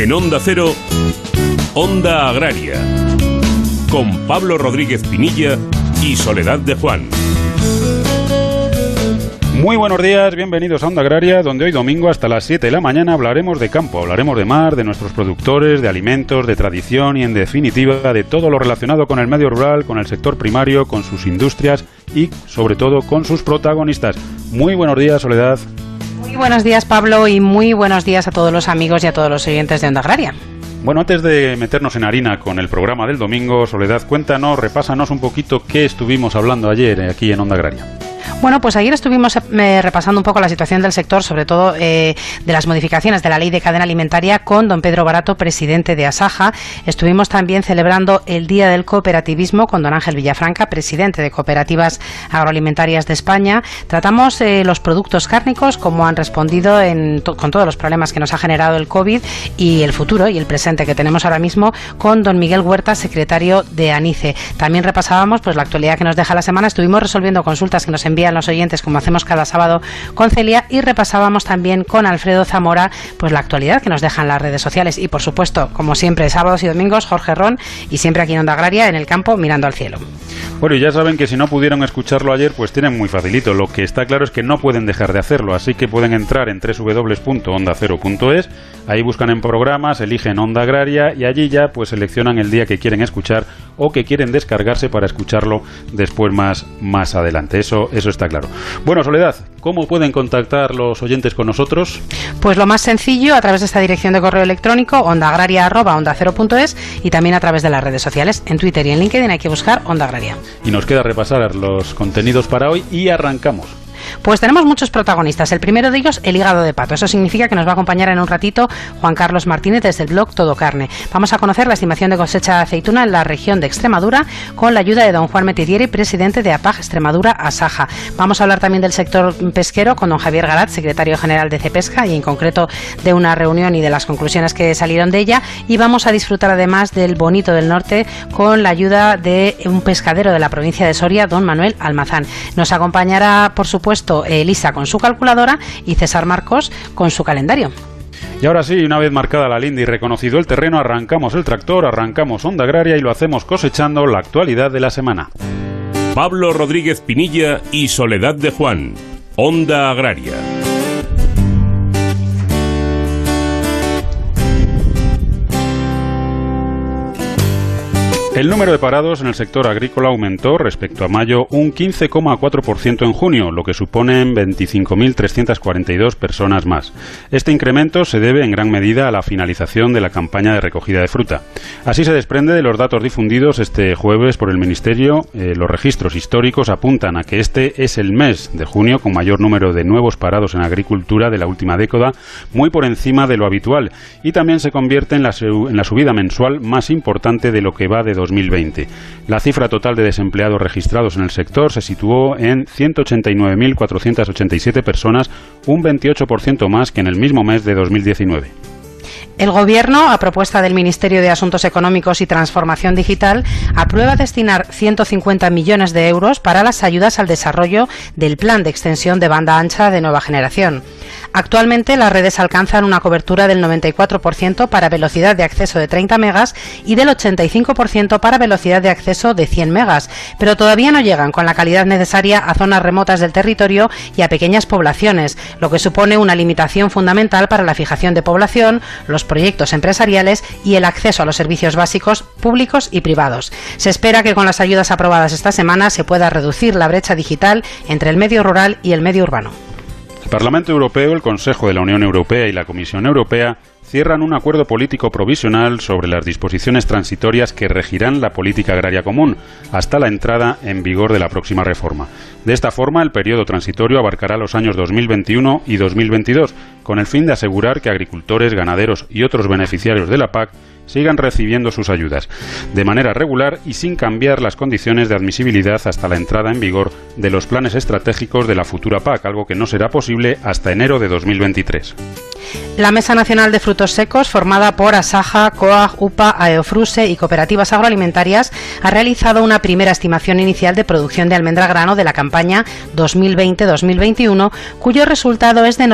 En Onda Cero, Onda Agraria, con Pablo Rodríguez Pinilla y Soledad de Juan. Muy buenos días, bienvenidos a Onda Agraria, donde hoy domingo hasta las 7 de la mañana hablaremos de campo, hablaremos de mar, de nuestros productores, de alimentos, de tradición y en definitiva de todo lo relacionado con el medio rural, con el sector primario, con sus industrias y sobre todo con sus protagonistas. Muy buenos días, Soledad. Muy buenos días, Pablo, y muy buenos días a todos los amigos y a todos los oyentes de Onda Agraria. Bueno, antes de meternos en harina con el programa del domingo, Soledad, cuéntanos, repásanos un poquito qué estuvimos hablando ayer aquí en Onda Agraria. Bueno, pues ayer estuvimos repasando un poco la situación del sector, sobre todo de las modificaciones de la Ley de Cadena Alimentaria con don Pedro Barato, presidente de Asaja. Estuvimos también celebrando el Día del Cooperativismo con don Ángel Villafranca, presidente de Cooperativas Agroalimentarias de España. Tratamos los productos cárnicos, cómo han respondido con todos los problemas que nos ha generado el COVID y el futuro y el presente que tenemos ahora mismo con don Miguel Huerta, secretario de ANICE. También repasábamos pues la actualidad que nos deja la semana. Estuvimos resolviendo consultas que nos envían los oyentes, como hacemos cada sábado con Celia, y repasábamos también con Alfredo Zamora pues la actualidad que nos dejan las redes sociales y por supuesto, como siempre, sábados y domingos, Jorge Ron, y siempre aquí en Onda Agraria, en el campo, mirando al cielo. Bueno, y ya saben que si no pudieron escucharlo ayer, pues tienen muy facilito. Lo que está claro es que no pueden dejar de hacerlo, así que pueden entrar en www.ondacero.es, ahí buscan en programas, eligen Onda Agraria y allí ya pues seleccionan el día que quieren escuchar o que quieren descargarse para escucharlo después más adelante. Eso está claro. Bueno, Soledad, ¿cómo pueden contactar los oyentes con nosotros? Pues lo más sencillo, a través de esta dirección de correo electrónico, ondaagraria@ondacero.es, y también a través de las redes sociales. En Twitter y en LinkedIn hay que buscar Onda Agraria. Y nos queda repasar los contenidos para hoy y arrancamos. Pues tenemos muchos protagonistas. El primero de ellos, el hígado de pato. Eso significa que nos va a acompañar en un ratito Juan Carlos Martínez desde el blog Todo Carne. Vamos a conocer la estimación de cosecha de aceituna en la región de Extremadura con la ayuda de don Juan Metidieri, presidente de APAG Extremadura Asaja. Vamos a hablar también del sector pesquero con don Javier Garat, secretario general de Cepesca, y en concreto de una reunión y de las conclusiones que salieron de ella. Y vamos a disfrutar además del bonito del norte con la ayuda de un pescadero de la provincia de Soria, don Manuel Almazán. Nos acompañará, por supuesto, Elisa con su calculadora y César Marcos con su calendario. Y ahora sí, una vez marcada la linda y reconocido el terreno, arrancamos el tractor, arrancamos Onda Agraria y lo hacemos cosechando la actualidad de la semana. Pablo Rodríguez Pinilla y Soledad de Juan, Onda Agraria. El número de parados en el sector agrícola aumentó respecto a mayo un 15,4% en junio, lo que suponen 25.342 personas más. Este incremento se debe en gran medida a la finalización de la campaña de recogida de fruta. Así se desprende de los datos difundidos este jueves por el Ministerio. Los registros históricos apuntan a que este es el mes de junio con mayor número de nuevos parados en agricultura de la última década, muy por encima de lo habitual, y también se convierte en la subida mensual más importante de lo que va de 2020. La cifra total de desempleados registrados en el sector se situó en 189.487 personas, un 28% más que en el mismo mes de 2019. El Gobierno, a propuesta del Ministerio de Asuntos Económicos y Transformación Digital, aprueba destinar 150 millones de euros para las ayudas al desarrollo del Plan de Extensión de Banda Ancha de Nueva Generación. Actualmente las redes alcanzan una cobertura del 94% para velocidad de acceso de 30 megas y del 85% para velocidad de acceso de 100 megas, pero todavía no llegan con la calidad necesaria a zonas remotas del territorio y a pequeñas poblaciones, lo que supone una limitación fundamental para la fijación de población, los proyectos empresariales y el acceso a los servicios básicos públicos y privados. Se espera que con las ayudas aprobadas esta semana se pueda reducir la brecha digital entre el medio rural y el medio urbano. El Parlamento Europeo, el Consejo de la Unión Europea y la Comisión Europea cierran un acuerdo político provisional sobre las disposiciones transitorias que regirán la política agraria común hasta la entrada en vigor de la próxima reforma. De esta forma, el periodo transitorio abarcará los años 2021 y 2022, con el fin de asegurar que agricultores, ganaderos y otros beneficiarios de la PAC sigan recibiendo sus ayudas, de manera regular y sin cambiar las condiciones de admisibilidad hasta la entrada en vigor de los planes estratégicos de la futura PAC, algo que no será posible hasta enero de 2023. La Mesa Nacional de Frutos Secos, formada por Asaja, COAG, UPA, Aeofruse y cooperativas agroalimentarias, ha realizado una primera estimación inicial de producción de almendra grano de la campaña 2020-2021, cuyo resultado es de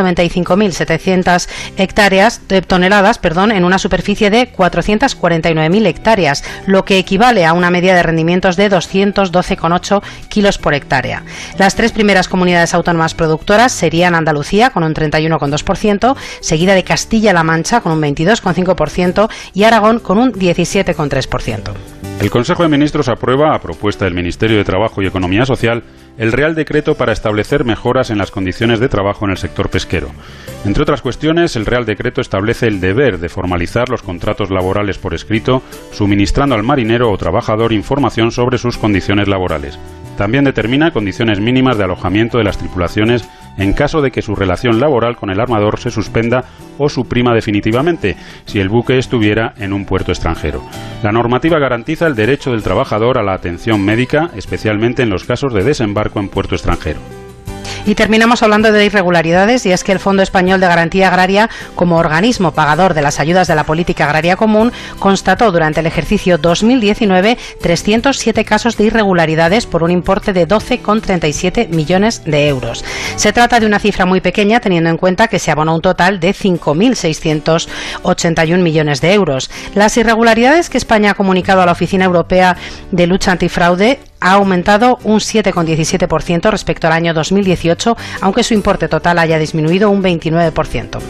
95.700 toneladas en una superficie de 449.000 hectáreas, lo que equivale a una media de rendimientos de 212,8 kilos por hectárea. Las tres primeras comunidades autónomas productoras serían Andalucía, con un 31,2%, seguida de Castilla-La Mancha con un 22,5% y Aragón con un 17,3%. El Consejo de Ministros aprueba, a propuesta del Ministerio de Trabajo y Economía Social, el Real Decreto para establecer mejoras en las condiciones de trabajo en el sector pesquero. Entre otras cuestiones, el Real Decreto establece el deber de formalizar los contratos laborales por escrito, suministrando al marinero o trabajador información sobre sus condiciones laborales. También determina condiciones mínimas de alojamiento de las tripulaciones en caso de que su relación laboral con el armador se suspenda o suprima definitivamente, si el buque estuviera en un puerto extranjero. La normativa garantiza el derecho del trabajador a la atención médica, especialmente en los casos de desembarco en puerto extranjero. Y terminamos hablando de irregularidades, y es que el Fondo Español de Garantía Agraria, como organismo pagador de las ayudas de la Política Agraria Común, constató durante el ejercicio 2019 307 casos de irregularidades por un importe de 12,37 millones de euros. Se trata de una cifra muy pequeña, teniendo en cuenta que se abonó un total de 5.681 millones de euros. Las irregularidades que España ha comunicado a la Oficina Europea de Lucha Antifraude ha aumentado un 7,17% respecto al año 2018, aunque su importe total haya disminuido un 29%.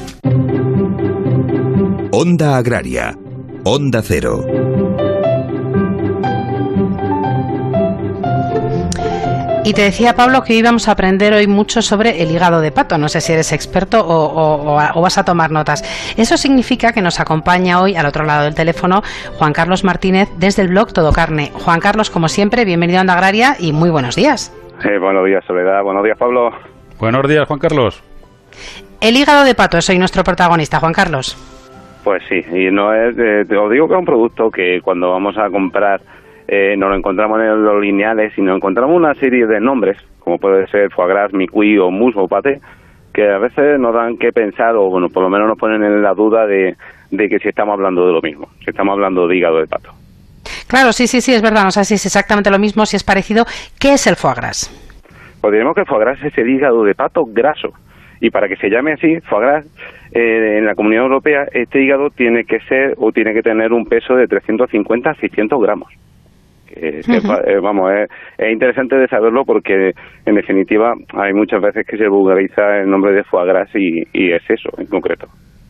Onda Agraria, Onda Cero. Y te decía, Pablo, que íbamos a aprender hoy mucho sobre el hígado de pato. No sé si eres experto o vas a tomar notas. Eso significa que nos acompaña hoy, al otro lado del teléfono, Juan Carlos Martínez, desde el blog Todo Carne. Juan Carlos, como siempre, bienvenido a Onda Agraria y muy buenos días. Buenos días, Soledad. Buenos días, Pablo. Buenos días, Juan Carlos. El hígado de pato es hoy nuestro protagonista, Juan Carlos. Pues sí, y no es, te os digo que es un producto que cuando vamos a comprar no lo encontramos en los lineales, sino encontramos una serie de nombres, como puede ser foie gras, micuí o mousse o paté, que a veces nos dan que pensar, o bueno, por lo menos nos ponen en la duda de que si estamos hablando de lo mismo, si estamos hablando de hígado de pato. Claro, sí, es verdad, no sé si es exactamente lo mismo, si es parecido. ¿Qué es el foie gras? Pues diremos que el foie gras es el hígado de pato graso, y para que se llame así, foie gras, en la Comunidad Europea, este hígado tiene que ser o tiene que tener un peso de 350 a 600 gramos. Es interesante de saberlo porque, en definitiva, hay muchas veces que se vulgariza el nombre de foie gras y es eso, en concreto.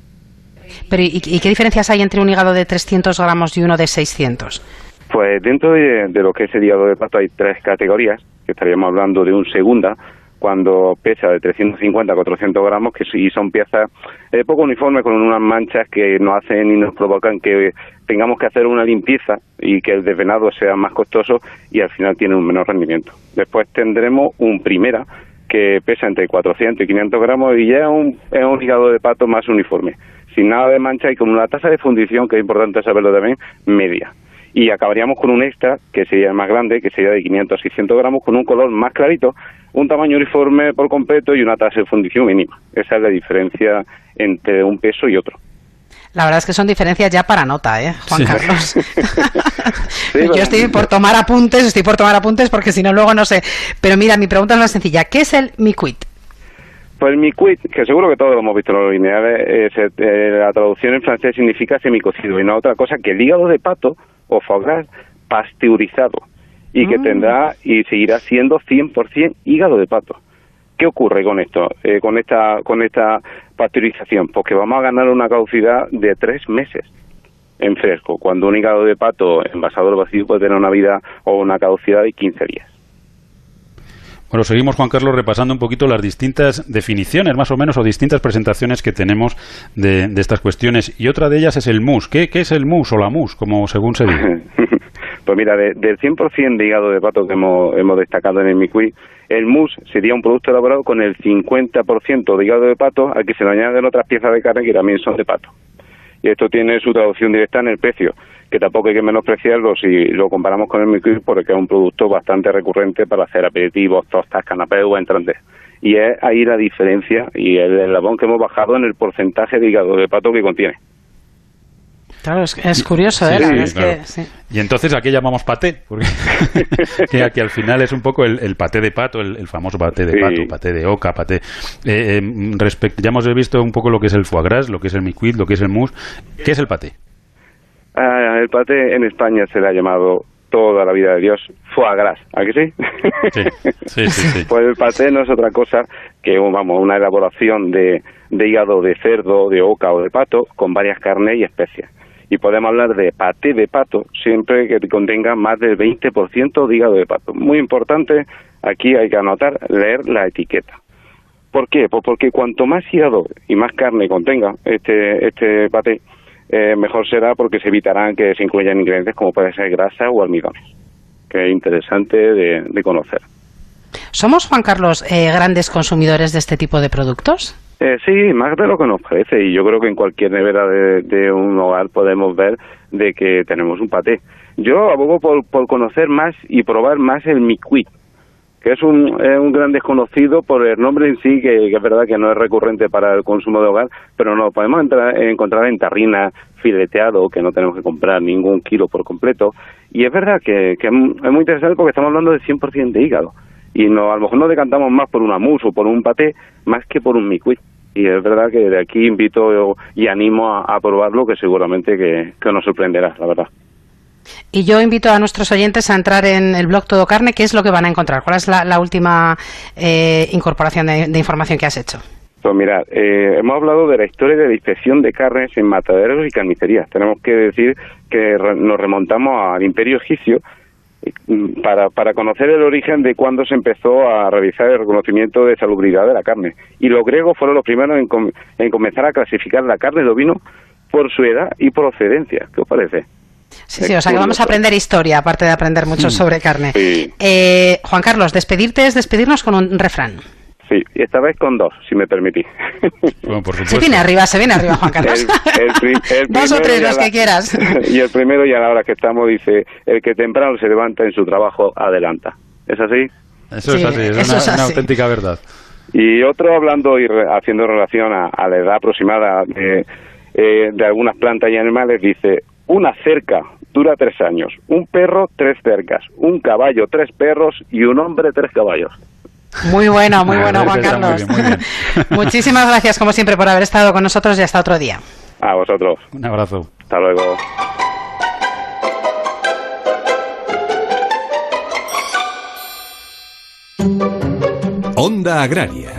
Pero ¿y qué diferencias hay entre un hígado de 300 gramos y uno de 600? Pues dentro de lo que es el hígado de pato hay tres categorías, que estaríamos hablando de un segunda, cuando pesa de 350 a 400 gramos, que sí son piezas poco uniformes, con unas manchas que nos hacen y nos provocan que tengamos que hacer una limpieza y que el desvenado sea más costoso y al final tiene un menor rendimiento. Después tendremos un primera, que pesa entre 400 y 500 gramos y ya es un hígado de pato más uniforme, sin nada de mancha y con una tasa de fundición, que es importante saberlo también, media. Y acabaríamos con un extra, que sería más grande, que sería de 500 a 600 gramos, con un color más clarito, un tamaño uniforme por completo y una tasa de fundición mínima. Esa es la diferencia entre un peso y otro. La verdad es que son diferencias ya para nota, Juan Carlos. Sí, Yo estoy por tomar apuntes porque si no luego no sé. Pero mira, mi pregunta es más sencilla. ¿Qué es el micuit? Pues el micuit, que seguro que todos lo hemos visto en los lineales, la traducción en francés significa semicocido y no otra cosa que el hígado de pato o foie gras pasteurizado y que tendrá y seguirá siendo 100% hígado de pato. ¿Qué ocurre con esto, con esta pasteurización? Pues que vamos a ganar una caducidad de 3 meses en fresco, cuando un hígado de pato envasado al vacío puede tener una vida o una caducidad de 15 días. Bueno, seguimos, Juan Carlos, repasando un poquito las distintas definiciones, más o menos, o distintas presentaciones que tenemos de estas cuestiones. Y otra de ellas es el mousse. ¿Qué es el mousse o la mousse, como según se dice? Pues mira, del 100% de hígado de pato que hemos destacado en el micuí, el mousse sería un producto elaborado con el 50% de hígado de pato al que se le añaden otras piezas de carne que también son de pato. Y esto tiene su traducción directa en el precio, que tampoco hay que menospreciarlo si lo comparamos con el micuí, porque es un producto bastante recurrente para hacer aperitivos, tostas, canapés o entrantes. y es ahí la diferencia y el eslabón que hemos bajado en el porcentaje de hígado de pato que contiene. Claro, es curioso, ¿eh? Sí, claro. Y entonces, ¿a qué llamamos paté? Porque que al final es un poco el paté de pato, el famoso paté de pato, paté de oca, paté. Ya hemos visto un poco lo que es el foie gras, lo que es el micuit, lo que es el mousse. ¿Qué es el paté? El paté en España se le ha llamado toda la vida de Dios foie gras, ¿a que sí? Sí. Pues el paté no es otra cosa que una elaboración de hígado de cerdo, de oca o de pato con varias carnes y especias. Y podemos hablar de paté de pato siempre que contenga más del 20% de hígado de pato. Muy importante, aquí hay que anotar, leer la etiqueta. ¿Por qué? Pues porque cuanto más hígado y más carne contenga este paté, mejor será, porque se evitarán que se incluyan ingredientes como puede ser grasa o almidones, que es interesante de conocer. ¿Somos, Juan Carlos, grandes consumidores de este tipo de productos? Sí, más de lo que nos parece, y yo creo que en cualquier nevera de un hogar podemos ver de que tenemos un paté. Yo abogo por conocer más y probar más el micuit, que es un gran desconocido por el nombre en sí, que es verdad que no es recurrente para el consumo de hogar, pero nos lo podemos encontrar en tarrina, fileteado, que no tenemos que comprar ningún kilo por completo, y es verdad que es muy interesante porque estamos hablando de 100% de hígado, y a lo mejor nos decantamos más por una mousse o por un paté, más que por un micuit. Y es verdad que de aquí invito y animo a probarlo, que seguramente que nos sorprenderá, la verdad. Y yo invito a nuestros oyentes a entrar en el blog Todo Carne. ¿Qué es lo que van a encontrar? ¿Cuál es la última incorporación de información que has hecho? Pues mirad, hemos hablado de la historia de la inspección de carnes en mataderos y carnicerías. Tenemos que decir que nos remontamos al Imperio Egipcio para conocer el origen de cuándo se empezó a realizar el reconocimiento de salubridad de la carne. Y los griegos fueron los primeros en comenzar a clasificar la carne de ovino por su edad y procedencia. ¿Qué os parece? Sí, o sea que vamos a aprender historia, aparte de aprender mucho sobre carne. Sí. Juan Carlos, despedirte es despedirnos con un refrán. Sí, y esta vez con dos, si me permitís. Bueno, por supuesto. Se viene arriba, Juan Carlos. El dos o tres, los que quieras. Y el primero, y a la hora que estamos, dice: el que temprano se levanta en su trabajo, adelanta. ¿Es así? Eso es así, es una auténtica verdad. Y otro, hablando y haciendo relación a la edad aproximada de algunas plantas y animales, dice: una cerca dura 3 años, un perro 3 cercas, un caballo 3 perros y un hombre 3 caballos. Muy bueno, Juan Carlos. Muy bien. Muchísimas gracias, como siempre, por haber estado con nosotros y hasta otro día. A vosotros. Un abrazo. Hasta luego. Onda Agraria.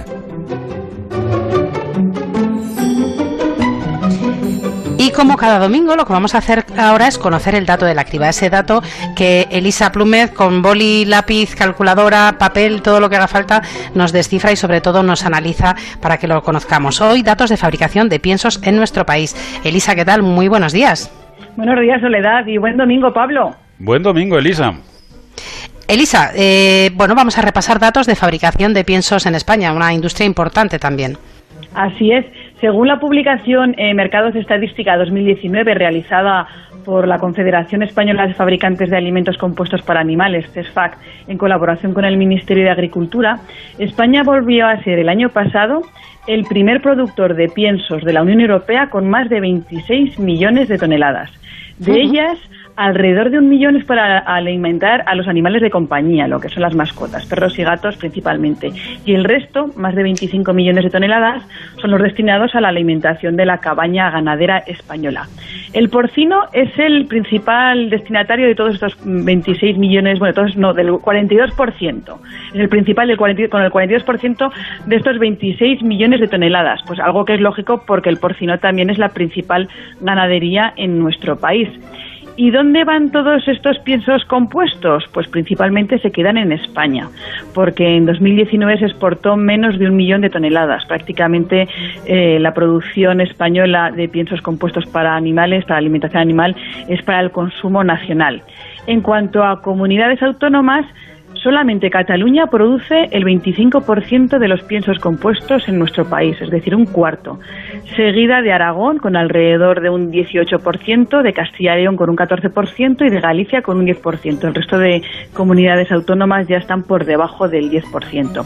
Y como cada domingo, lo que vamos a hacer ahora es conocer el dato de la criba, ese dato que Elisa Plúmez, con boli, lápiz, calculadora, papel, todo lo que haga falta, nos descifra y sobre todo nos analiza para que lo conozcamos. Hoy, datos de fabricación de piensos en nuestro país. Elisa, ¿qué tal? Muy buenos días. Buenos días, Soledad, y buen domingo, Pablo. Buen domingo, Elisa. Elisa, vamos a repasar datos de fabricación de piensos en España, una industria importante también. Así es. Según la publicación Mercados Estadística 2019 realizada por la Confederación Española de Fabricantes de Alimentos Compuestos para Animales, CESFAC, en colaboración con el Ministerio de Agricultura, España volvió a ser el año pasado el primer productor de piensos de la Unión Europea con más de 26 millones de toneladas. De ellas, alrededor de 1 millón es para alimentar a los animales de compañía, lo que son las mascotas, perros y gatos principalmente. Y el resto, más de 25 millones de toneladas, son los destinados a la alimentación de la cabaña ganadera española. El porcino es el principal destinatario de todos estos 26 millones, del 42%. Es el principal con el 42% de estos 26 millones de toneladas. Pues algo que es lógico porque el porcino también es la principal ganadería en nuestro país. ¿Y dónde van todos estos piensos compuestos? Pues principalmente se quedan en España, porque en 2019 se exportó menos de 1 millón de toneladas. Prácticamente la producción española de piensos compuestos para animales, para alimentación animal, es para el consumo nacional. En cuanto a comunidades autónomas, solamente Cataluña produce el 25% de los piensos compuestos en nuestro país, es decir, 1/4. Seguida de Aragón con alrededor de un 18%, de Castilla y León con un 14% y de Galicia con un 10%. El resto de comunidades autónomas ya están por debajo del 10%.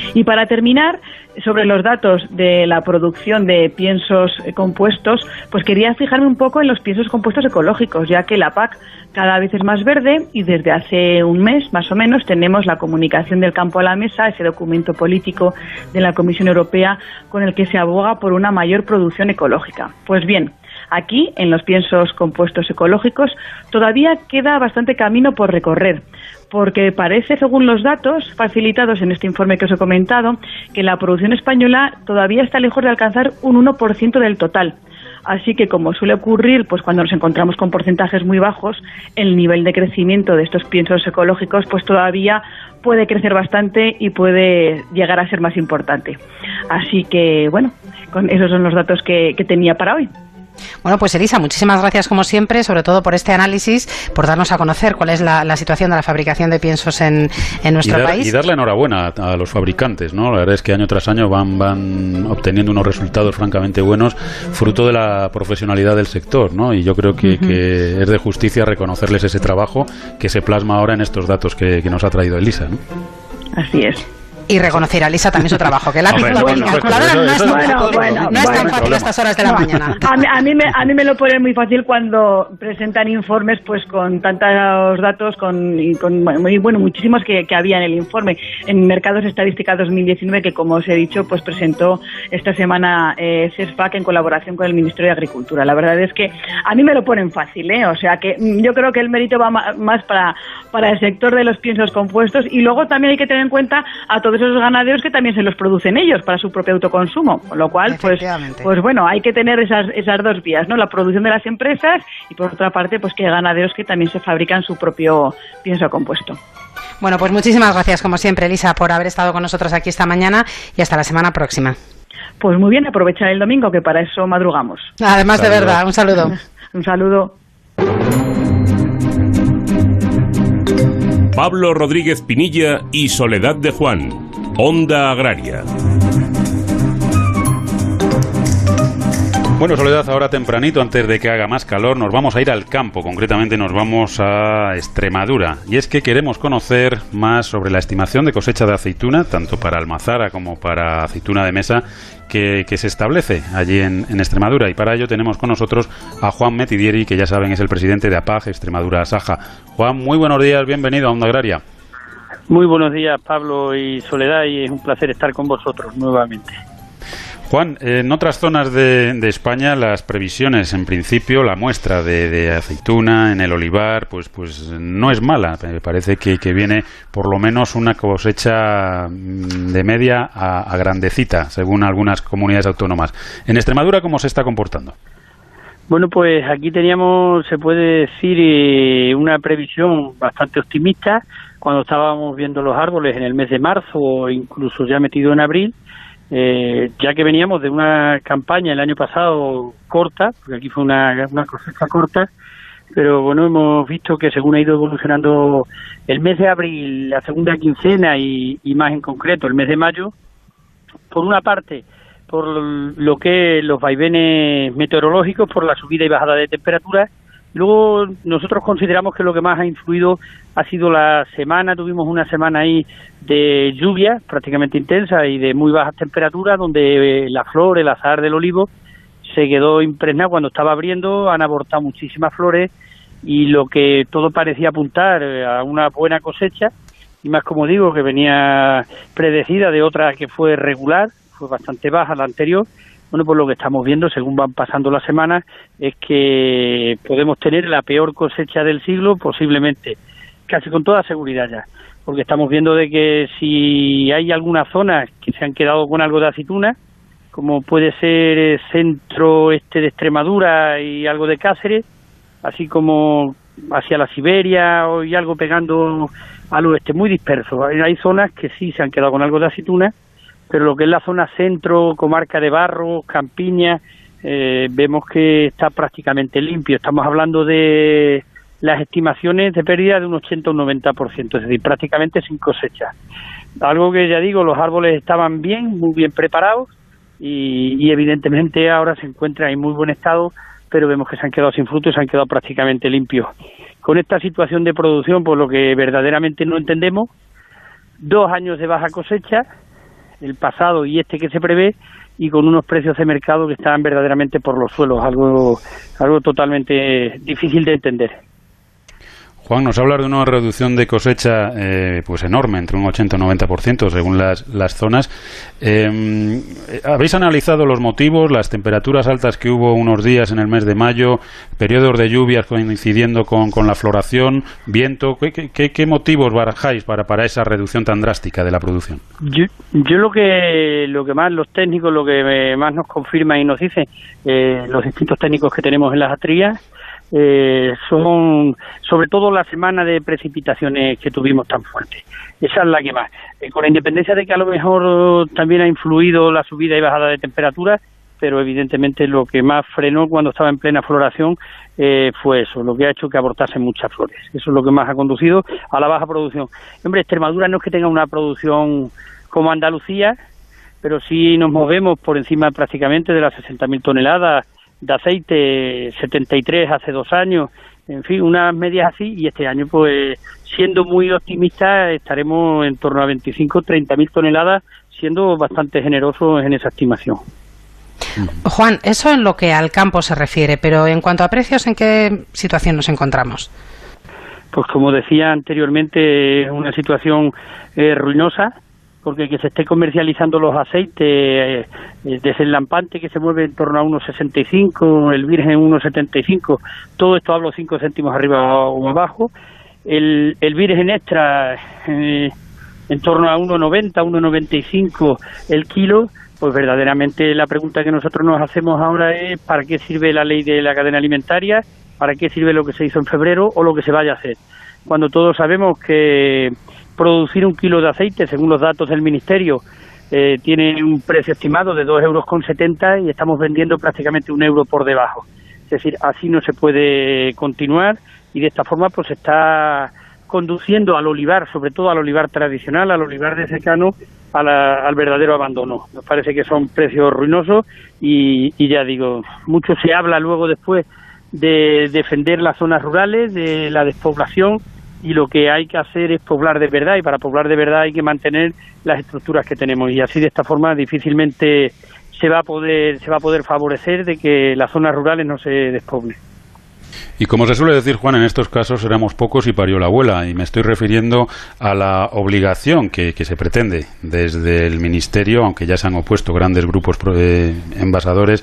Y para terminar, sobre los datos de la producción de piensos compuestos, pues quería fijarme un poco en los piensos compuestos ecológicos, ya que la PAC cada vez es más verde y desde hace un mes, más o menos, tenemos la comunicación del campo a la mesa, ese documento político de la Comisión Europea con el que se aboga por una mayor producción ecológica. Pues bien, aquí, en los piensos compuestos ecológicos, todavía queda bastante camino por recorrer, porque parece, según los datos facilitados en este informe que os he comentado, que la producción española todavía está lejos de alcanzar un 1% del total. Así que, como suele ocurrir, pues cuando nos encontramos con porcentajes muy bajos, el nivel de crecimiento de estos piensos ecológicos pues todavía puede crecer bastante y puede llegar a ser más importante. Así que, bueno, esos son los datos que tenía para hoy. Bueno, pues Elisa, muchísimas gracias como siempre, sobre todo por este análisis, por darnos a conocer cuál es la situación de la fabricación de piensos en nuestro país. Y darle enhorabuena a los fabricantes, ¿no? La verdad es que año tras año van obteniendo unos resultados francamente buenos, fruto de la profesionalidad del sector, ¿no? Y yo creo que es de justicia reconocerles ese trabajo que se plasma ahora en estos datos que nos ha traído Elisa, ¿no? Así es. Y reconocer a Elisa también su trabajo, que la calculadora no es tan fácil a estas horas de la mañana. A mí me lo ponen muy fácil cuando presentan informes pues con tantos datos muchísimos que había en el informe. En Mercados Estadística 2019, que como os he dicho, pues presentó esta semana CESFAC en colaboración con el Ministerio de Agricultura. La verdad es que a mí me lo ponen fácil, o sea que yo creo que el mérito va más para el sector de los piensos compuestos, y luego también hay que tener en cuenta a todos esos ganaderos que también se los producen ellos para su propio autoconsumo, con lo cual pues bueno, hay que tener esas dos vías, ¿no? La producción de las empresas y por otra parte pues que hay ganaderos que también se fabrican su propio pienso compuesto. Bueno, pues muchísimas gracias como siempre, Elisa, por haber estado con nosotros aquí esta mañana y hasta la semana próxima. Pues muy bien, aprovechar el domingo, que para eso madrugamos. Además, de verdad, un saludo. Un saludo. Pablo Rodríguez Pinilla y Soledad de Juan, Onda Agraria. Bueno, Soledad, ahora tempranito, antes de que haga más calor, nos vamos a ir al campo. Concretamente nos vamos a Extremadura. Y es que queremos conocer más sobre la estimación de cosecha de aceituna, tanto para almazara como para aceituna de mesa, que se establece allí en Extremadura. Y para ello tenemos con nosotros a Juan Metidieri, que ya saben es el presidente de APAG Extremadura Asaja. Juan, muy buenos días, bienvenido a Onda Agraria. Muy buenos días, Pablo y Soledad, y es un placer estar con vosotros nuevamente. Juan, en otras zonas de España las previsiones, en principio, la muestra de aceituna en el olivar, pues no es mala. Me parece que viene por lo menos una cosecha de media a grandecita, según algunas comunidades autónomas. ¿En Extremadura cómo se está comportando? Bueno, pues aquí teníamos, se puede decir, una previsión bastante optimista cuando estábamos viendo los árboles en el mes de marzo o incluso ya metido en abril. Ya que veníamos de una campaña el año pasado corta, porque aquí fue una cosecha corta, pero bueno, hemos visto que según ha ido evolucionando el mes de abril, la segunda quincena y más en concreto el mes de mayo, por una parte por lo que los vaivenes meteorológicos, por la subida y bajada de temperaturas. Luego nosotros consideramos que lo que más ha influido ha sido la semana. Tuvimos una semana ahí de lluvia prácticamente intensa y de muy bajas temperaturas, donde la flor, el azahar del olivo, se quedó impregnado cuando estaba abriendo. Han abortado muchísimas flores y lo que todo parecía apuntar a una buena cosecha, y más, como digo, que venía predecida de otra que fue regular, fue bastante baja la anterior. Bueno, pues lo que estamos viendo, según van pasando las semanas, es que podemos tener la peor cosecha del siglo, posiblemente, casi con toda seguridad ya, porque estamos viendo de que si hay algunas zonas que se han quedado con algo de aceituna, como puede ser centro-este de Extremadura y algo de Cáceres, así como hacia la Siberia y algo pegando al oeste, muy disperso. Hay zonas que sí se han quedado con algo de aceituna, pero lo que es la zona centro, comarca de Barros, Campiña, vemos que está prácticamente limpio. Estamos hablando de las estimaciones de pérdida de un 80 o un 90%, es decir, prácticamente sin cosecha. Algo que, ya digo, los árboles estaban bien, muy bien preparados y evidentemente ahora se encuentran en muy buen estado, pero vemos que se han quedado sin fruto y se han quedado prácticamente limpios. Con esta situación de producción, pues lo que verdaderamente no entendemos, 2 años de baja cosecha, el pasado y este que se prevé, y con unos precios de mercado que están verdaderamente por los suelos, algo totalmente difícil de entender. Juan, nos habla de una reducción de cosecha pues enorme, entre un 80 y un 90% según las zonas. ¿Habéis analizado los motivos, las temperaturas altas que hubo unos días en el mes de mayo, periodos de lluvias coincidiendo con la floración, viento? ¿Qué motivos barajáis para esa reducción tan drástica de la producción? Yo lo que más los técnicos, lo que más nos confirman y nos dicen los distintos técnicos que tenemos en las Asturias, son sobre todo la semana de precipitaciones que tuvimos tan fuertes. Esa es la que más, con la independencia de que a lo mejor también ha influido la subida y bajada de temperaturas, pero evidentemente lo que más frenó cuando estaba en plena floración fue eso, lo que ha hecho que abortasen muchas flores. Eso es lo que más ha conducido a la baja producción. Hombre, Extremadura no es que tenga una producción como Andalucía, pero sí nos movemos por encima prácticamente de las 60.000 toneladas de aceite, 73 hace 2 años, en fin, unas medias así, y este año, pues, siendo muy optimistas, estaremos en torno a 25-30.000 toneladas, siendo bastante generosos en esa estimación. Juan, eso en lo que al campo se refiere, pero en cuanto a precios, ¿en qué situación nos encontramos? Pues como decía anteriormente, es una situación ruinosa, porque que se esté comercializando los aceites desde el lampante, que se mueve en torno a 1,65, el virgen 1,75, todo esto hablo 5 céntimos arriba o abajo, el virgen extra en torno a 1,90, 1,95 el kilo. Pues verdaderamente la pregunta que nosotros nos hacemos ahora es ¿para qué sirve la ley de la cadena alimentaria? ¿Para qué sirve lo que se hizo en febrero o lo que se vaya a hacer? Cuando todos sabemos que producir un kilo de aceite, según los datos del Ministerio, tiene un precio estimado de 2,70 € y estamos vendiendo prácticamente €1 por debajo. Es decir, así no se puede continuar, y de esta forma pues se está conduciendo al olivar, sobre todo al olivar tradicional, al olivar de secano, al verdadero abandono. Nos parece que son precios ruinosos y ya digo, mucho se habla luego después de defender las zonas rurales, de la despoblación, y lo que hay que hacer es poblar de verdad, y para poblar de verdad hay que mantener las estructuras que tenemos, y así de esta forma difícilmente se va a poder favorecer de que las zonas rurales no se despoblen. Y como se suele decir, Juan, en estos casos éramos pocos y parió la abuela, y me estoy refiriendo a la obligación que se pretende desde el Ministerio, aunque ya se han opuesto grandes grupos envasadores,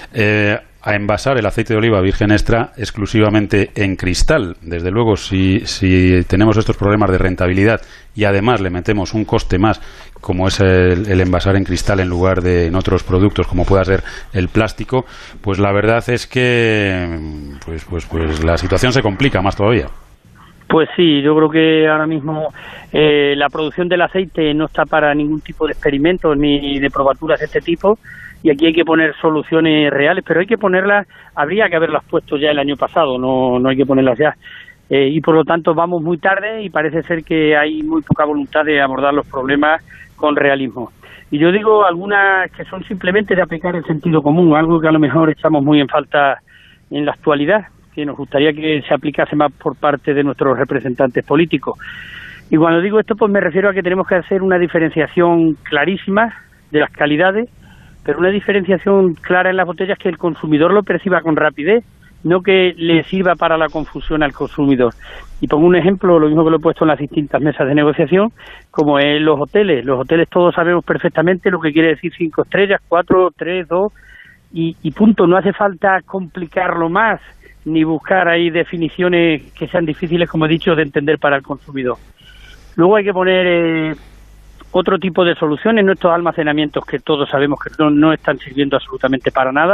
a envasar el aceite de oliva virgen extra exclusivamente en cristal. Desde luego, si tenemos estos problemas de rentabilidad y además le metemos un coste más, como es el envasar en cristal en lugar de en otros productos, como pueda ser el plástico, pues la verdad es que pues la situación se complica más todavía. Pues sí, yo creo que ahora mismo la producción del aceite no está para ningún tipo de experimentos ni de probaturas de este tipo, y aquí hay que poner soluciones reales, pero hay que ponerlas, habría que haberlas puesto ya el año pasado, no hay que ponerlas ya. Y por lo tanto vamos muy tarde y parece ser que hay muy poca voluntad de abordar los problemas con realismo. Y yo digo algunas que son simplemente de aplicar el sentido común, algo que a lo mejor echamos muy en falta en la actualidad, que nos gustaría que se aplicase más por parte de nuestros representantes políticos. Y cuando digo esto, pues me refiero a que tenemos que hacer una diferenciación clarísima de las calidades, pero una diferenciación clara en las botellas que el consumidor lo perciba con rapidez, no que le sirva para la confusión al consumidor. Y pongo un ejemplo, lo mismo que lo he puesto en las distintas mesas de negociación, como es los hoteles. Los hoteles todos sabemos perfectamente lo que quiere decir 5 estrellas, 4, 3, 2, y punto. No hace falta complicarlo más, ni buscar ahí definiciones que sean difíciles, como he dicho, de entender para el consumidor. Luego hay que poner otro tipo de soluciones, nuestros almacenamientos que todos sabemos que no están sirviendo absolutamente para nada,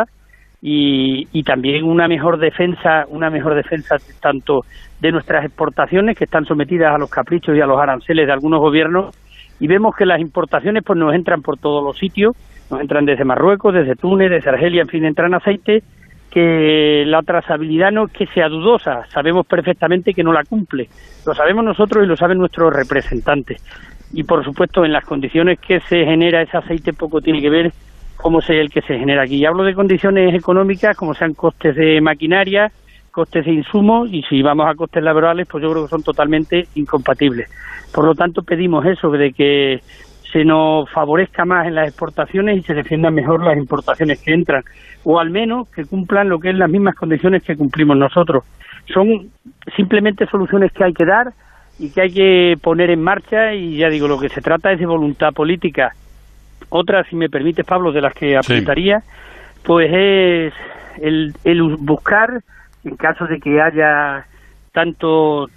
y también una mejor defensa tanto de nuestras exportaciones, que están sometidas a los caprichos y a los aranceles de algunos gobiernos, y vemos que las importaciones pues nos entran por todos los sitios, nos entran desde Marruecos, desde Túnez, desde Argelia, en fin, entran aceite que la trazabilidad no es que sea dudosa, sabemos perfectamente que no la cumple, lo sabemos nosotros y lo saben nuestros representantes. Y por supuesto en las condiciones que se genera ese aceite poco tiene que ver cómo es el que se genera aquí. Y hablo de condiciones económicas, como sean costes de maquinaria, costes de insumos, y si vamos a costes laborales, pues yo creo que son totalmente incompatibles. Por lo tanto pedimos eso, de que se nos favorezca más en las exportaciones y se defiendan mejor las importaciones que entran, o al menos que cumplan lo que es las mismas condiciones que cumplimos nosotros. Son simplemente soluciones que hay que dar y que hay que poner en marcha, y ya digo, lo que se trata es de voluntad política. Otra, si me permites, Pablo, de las que apuntaría, pues es el buscar, en caso de que haya tanto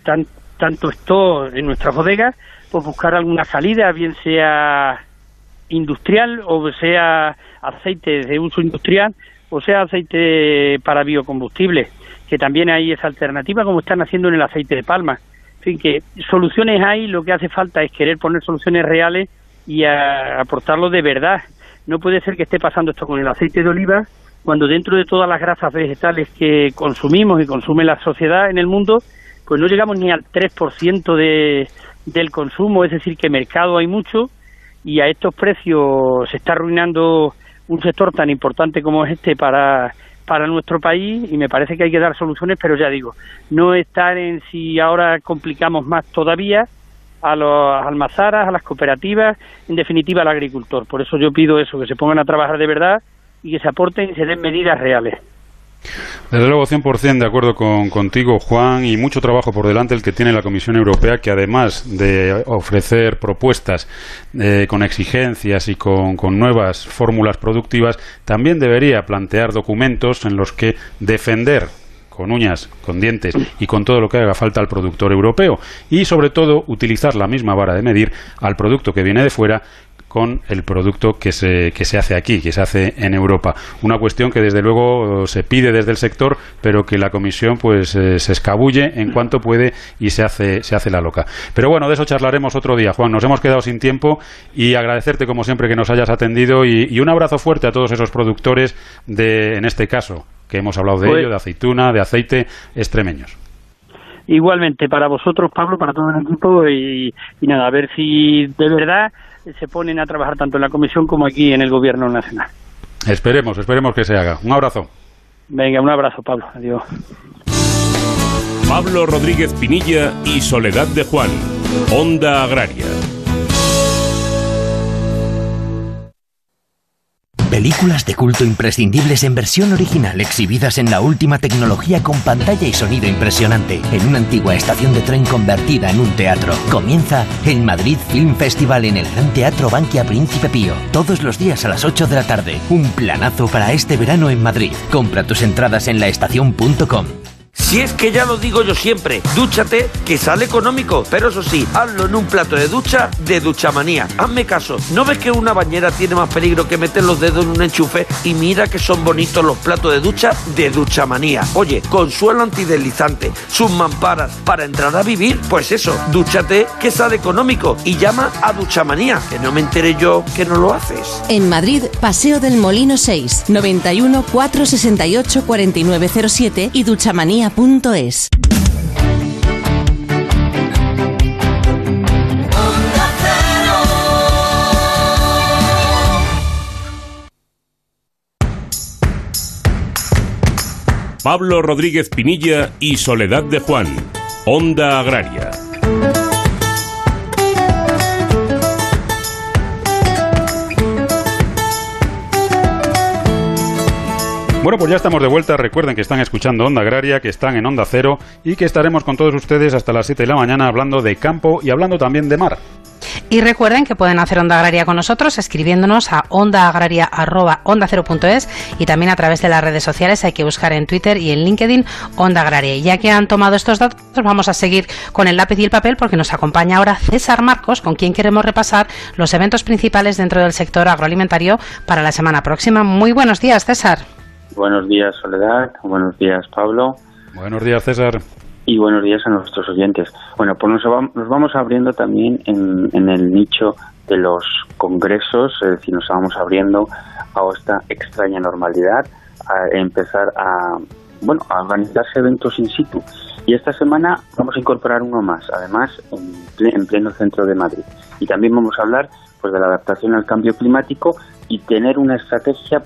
stock en nuestras bodegas, pues buscar alguna salida, bien sea industrial o sea aceite de uso industrial o sea aceite para biocombustible, que también hay esa alternativa, como están haciendo en el aceite de palma. En fin, que soluciones hay, lo que hace falta es querer poner soluciones reales y aportarlo de verdad. No puede ser que esté pasando esto con el aceite de oliva, cuando dentro de todas las grasas vegetales que consumimos y consume la sociedad en el mundo, pues no llegamos ni al 3% del consumo, es decir, que mercado hay mucho, y a estos precios se está arruinando un sector tan importante como es este para nuestro país, y me parece que hay que dar soluciones, pero ya digo, no estar en si ahora complicamos más todavía a las almazaras, a las cooperativas, en definitiva al agricultor. Por eso yo pido eso, que se pongan a trabajar de verdad y que se aporten y se den medidas reales. Desde luego, 100% de acuerdo contigo, Juan, y mucho trabajo por delante el que tiene la Comisión Europea, que además de ofrecer propuestas con exigencias y con nuevas fórmulas productivas, también debería plantear documentos en los que defender con uñas, con dientes y con todo lo que haga falta al productor europeo, y sobre todo utilizar la misma vara de medir al producto que viene de fuera con el producto que se hace aquí, que se hace en Europa. Una cuestión que desde luego se pide desde el sector, pero que la Comisión pues se escabulle en cuanto puede y se hace la loca. Pero bueno, de eso charlaremos otro día, Juan. Nos hemos quedado sin tiempo, y agradecerte como siempre que nos hayas atendido, y un abrazo fuerte a todos esos productores en este caso, que hemos hablado de ello, de aceituna, de aceite, extremeños. Igualmente, para vosotros, Pablo, para todo el equipo, y nada, a ver si de verdad se ponen a trabajar tanto en la Comisión como aquí en el Gobierno Nacional. Esperemos que se haga. Un abrazo. Venga, un abrazo, Pablo. Adiós. Pablo Rodríguez Pinilla y Soledad de Juan, Onda Agraria. Películas de culto imprescindibles en versión original, exhibidas en la última tecnología con pantalla y sonido impresionante, en una antigua estación de tren convertida en un teatro. Comienza el Madrid Film Festival en el Gran Teatro Bankia Príncipe Pío, todos los días a las 8 de la tarde. Un planazo para este verano en Madrid. Compra tus entradas en laestacion.com. Si es que ya lo digo yo siempre, dúchate, que sale económico, pero eso sí, hazlo en un plato de ducha de Duchamanía. Hazme caso, ¿no ves que una bañera tiene más peligro que meter los dedos en un enchufe? Y mira que son bonitos los platos de ducha de Duchamanía. Oye, con suelo antideslizante, sus mamparas, para entrar a vivir, pues eso, dúchate, que sale económico, y llama a Duchamanía, que no me enteré yo que no lo haces. En Madrid, Paseo del Molino 6, 91 468 4907 y duchamanía.es. Pablo Rodríguez Pinilla y Soledad de Juan, Onda Agraria. Bueno, pues ya estamos de vuelta. Recuerden que están escuchando Onda Agraria, que están en Onda Cero, y que estaremos con todos ustedes hasta las 7 de la mañana hablando de campo y hablando también de mar. Y recuerden que pueden hacer Onda Agraria con nosotros escribiéndonos a ondaagraria@ondacero.es, y también a través de las redes sociales. Hay que buscar en Twitter y en LinkedIn Onda Agraria. Y ya que han tomado estos datos, vamos a seguir con el lápiz y el papel, porque nos acompaña ahora César Marcos, con quien queremos repasar los eventos principales dentro del sector agroalimentario para la semana próxima. Muy buenos días, César. Buenos días, Soledad. Buenos días, Pablo. Buenos días, César. Y buenos días a nuestros oyentes. Bueno, pues nos vamos abriendo también en el nicho de los congresos, es decir, nos vamos abriendo a esta extraña normalidad, a empezar a organizarse eventos in situ. Y esta semana vamos a incorporar uno más, además en pleno centro de Madrid. Y también vamos a hablar pues de la adaptación al cambio climático y tener una estrategia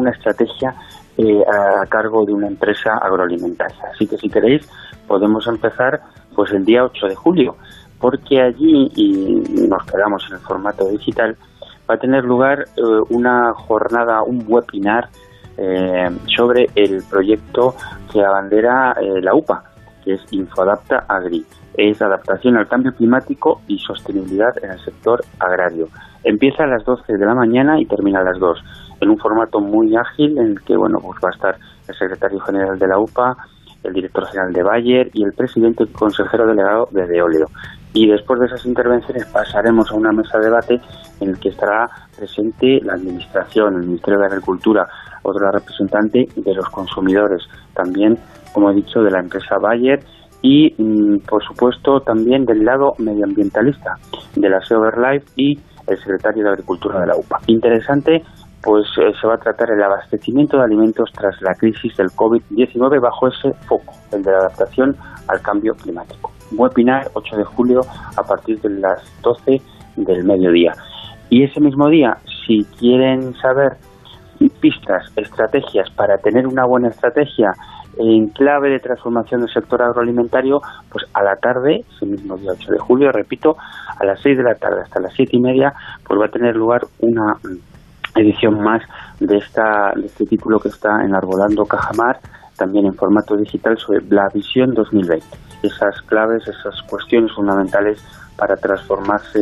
a cargo de una empresa agroalimentaria. Así que si queréis podemos empezar pues el día 8 de julio, porque allí, y nos quedamos en el formato digital, va a tener lugar una jornada, un webinar sobre el proyecto que abandera la UPA, que es Infoadapta Agri. Es adaptación al cambio climático y sostenibilidad en el sector agrario. Empieza a las 12 de la mañana y termina a las 2, en un formato muy ágil en el que pues va a estar el secretario general de la UPA, el director general de Bayer y el presidente y consejero delegado de Deóleo. Y después de esas intervenciones pasaremos a una mesa de debate en el que estará presente la Administración, el Ministerio de Agricultura, otra representante de los consumidores, también, como he dicho, de la empresa Bayer y, por supuesto, también del lado medioambientalista, de la SEO Life y el secretario de Agricultura de la UPA. Interesante, pues se va a tratar el abastecimiento de alimentos tras la crisis del COVID-19 bajo ese foco, el de la adaptación al cambio climático. Webinar 8 de julio a partir de las 12 del mediodía. Y ese mismo día, si quieren saber pistas, estrategias para tener una buena estrategia en clave de transformación del sector agroalimentario, pues a la tarde, ese mismo día 8 de julio, repito, a las 6 de la tarde hasta las 7:30, pues va a tener lugar una edición más de este título que está enarbolando Cajamar, también en formato digital, sobre la visión 2020. Esas claves, esas cuestiones fundamentales para transformarse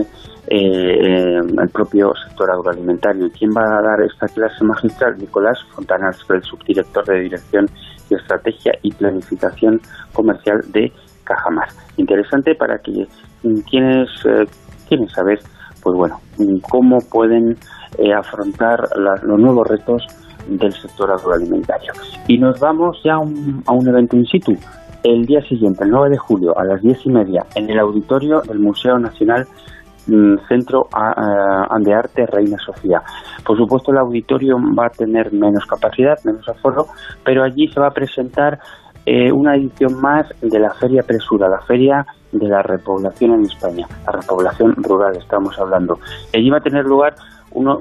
el propio sector agroalimentario. ¿Y quién va a dar esta clase magistral? Nicolás Fontanals, el subdirector de Dirección de Estrategia y Planificación Comercial de Cajamar. Interesante para que quienes quieren saber, pues bueno, cómo pueden afrontar los nuevos retos del sector agroalimentario. Y nos vamos ya a un evento in situ. El día siguiente, el 9 de julio, a las 10:30, en el auditorio del Museo Nacional Centro de Arte Reina Sofía. Por supuesto, el auditorio va a tener menos capacidad, menos aforo, pero allí se va a presentar una edición más de la Feria Presura, la Feria de la Repoblación en España, la repoblación rural, estamos hablando. Allí va a tener lugar unos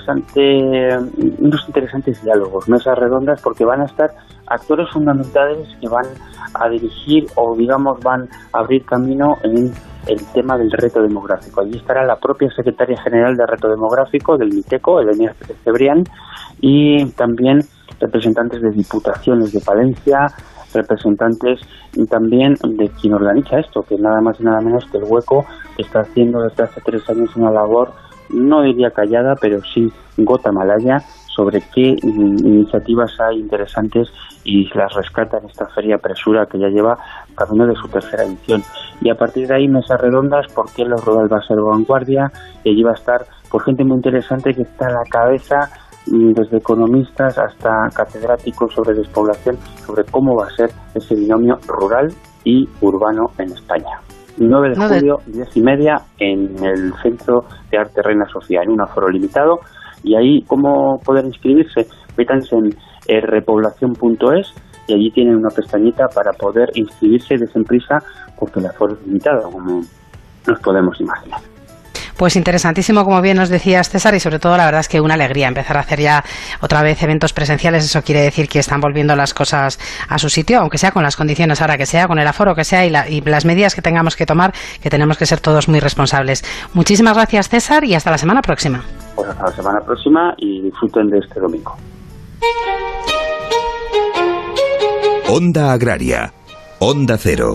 interesantes diálogos, mesas redondas, porque van a estar actores fundamentales que van a dirigir o, digamos, van a abrir camino en el tema del reto demográfico. Allí estará la propia secretaria general de Reto Demográfico del MITECO, Elena Cebrián, y también representantes de diputaciones de Palencia, representantes también de quien organiza esto, que nada más y nada menos que El Hueco, que está haciendo desde hace 3 años una labor, no diría callada, pero sí gota malaya, sobre qué iniciativas hay interesantes y las rescata en esta Feria Presura, que ya lleva camino de su 3ª edición. Y a partir de ahí, mesas redondas, por qué lo rural va a ser vanguardia, y allí va a estar por gente muy interesante que está a la cabeza, desde economistas hasta catedráticos sobre despoblación, sobre cómo va a ser ese binomio rural y urbano en España. 9 de julio, 10:30, en el Centro de Arte Reina Sofía, en un aforo limitado. Y ahí, ¿cómo poder inscribirse? Métanse en repoblación.es y allí tienen una pestañita para poder inscribirse desenprisa, porque el aforo es limitado, como nos podemos imaginar. Pues interesantísimo, como bien nos decías, César, y sobre todo la verdad es que una alegría empezar a hacer ya otra vez eventos presenciales. Eso quiere decir que están volviendo las cosas a su sitio, aunque sea con las condiciones ahora que sea, con el aforo que sea y las medidas que tengamos que tomar, que tenemos que ser todos muy responsables. Muchísimas gracias, César, y hasta la semana próxima. Pues hasta la semana próxima y disfruten de este domingo. Onda Agraria, Onda Cero.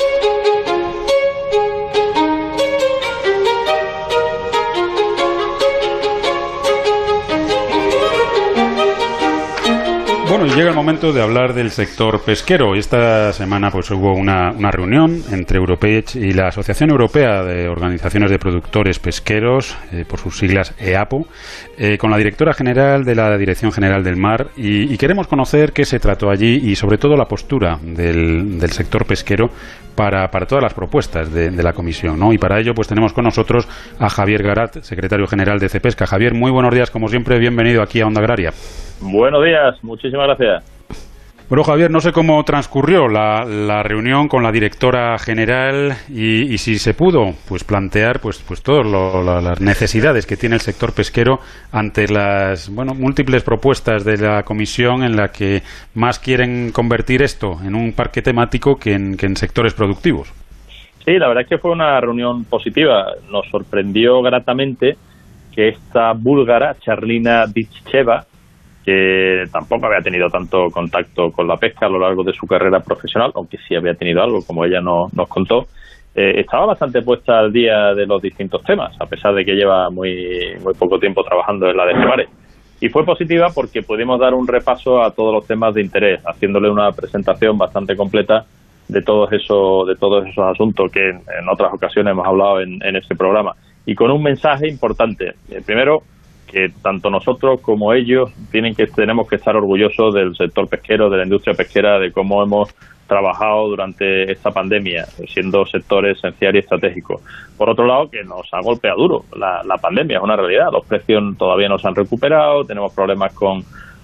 Bueno, y llega el momento de hablar del sector pesquero. Esta semana pues hubo una reunión entre Europech y la Asociación Europea de Organizaciones de Productores Pesqueros, por sus siglas EAPO, con la directora general de la Dirección General del Mar, y queremos conocer qué se trató allí y sobre todo la postura del sector pesquero para todas las propuestas de la Comisión, ¿no? Y para ello pues tenemos con nosotros a Javier Garat, secretario general de CEPESCA. Javier, muy buenos días, como siempre, bienvenido aquí a Onda Agraria. Buenos días, muchísimas gracias. Bueno, Javier, no sé cómo transcurrió la reunión con la directora general y si se pudo pues plantear pues todas las necesidades que tiene el sector pesquero ante las múltiples propuestas de la Comisión, en la que más quieren convertir esto en un parque temático que en sectores productivos. Sí, la verdad es que fue una reunión positiva. Nos sorprendió gratamente que esta búlgara, Charlina Dicheva, que tampoco había tenido tanto contacto con la pesca a lo largo de su carrera profesional, aunque sí había tenido algo, como ella nos contó, estaba bastante puesta al día de los distintos temas, a pesar de que lleva muy poco tiempo trabajando en la de Gemares. Y fue positiva porque pudimos dar un repaso a todos los temas de interés, haciéndole una presentación bastante completa de todos esos asuntos que en otras ocasiones hemos hablado en este programa, y con un mensaje importante. Primero, que tanto nosotros como ellos tenemos que estar orgullosos del sector pesquero, de la industria pesquera, de cómo hemos trabajado durante esta pandemia, siendo sector esencial y estratégico. Por otro lado, que nos ha golpeado duro la pandemia, es una realidad. Los precios todavía no se han recuperado, tenemos problemas con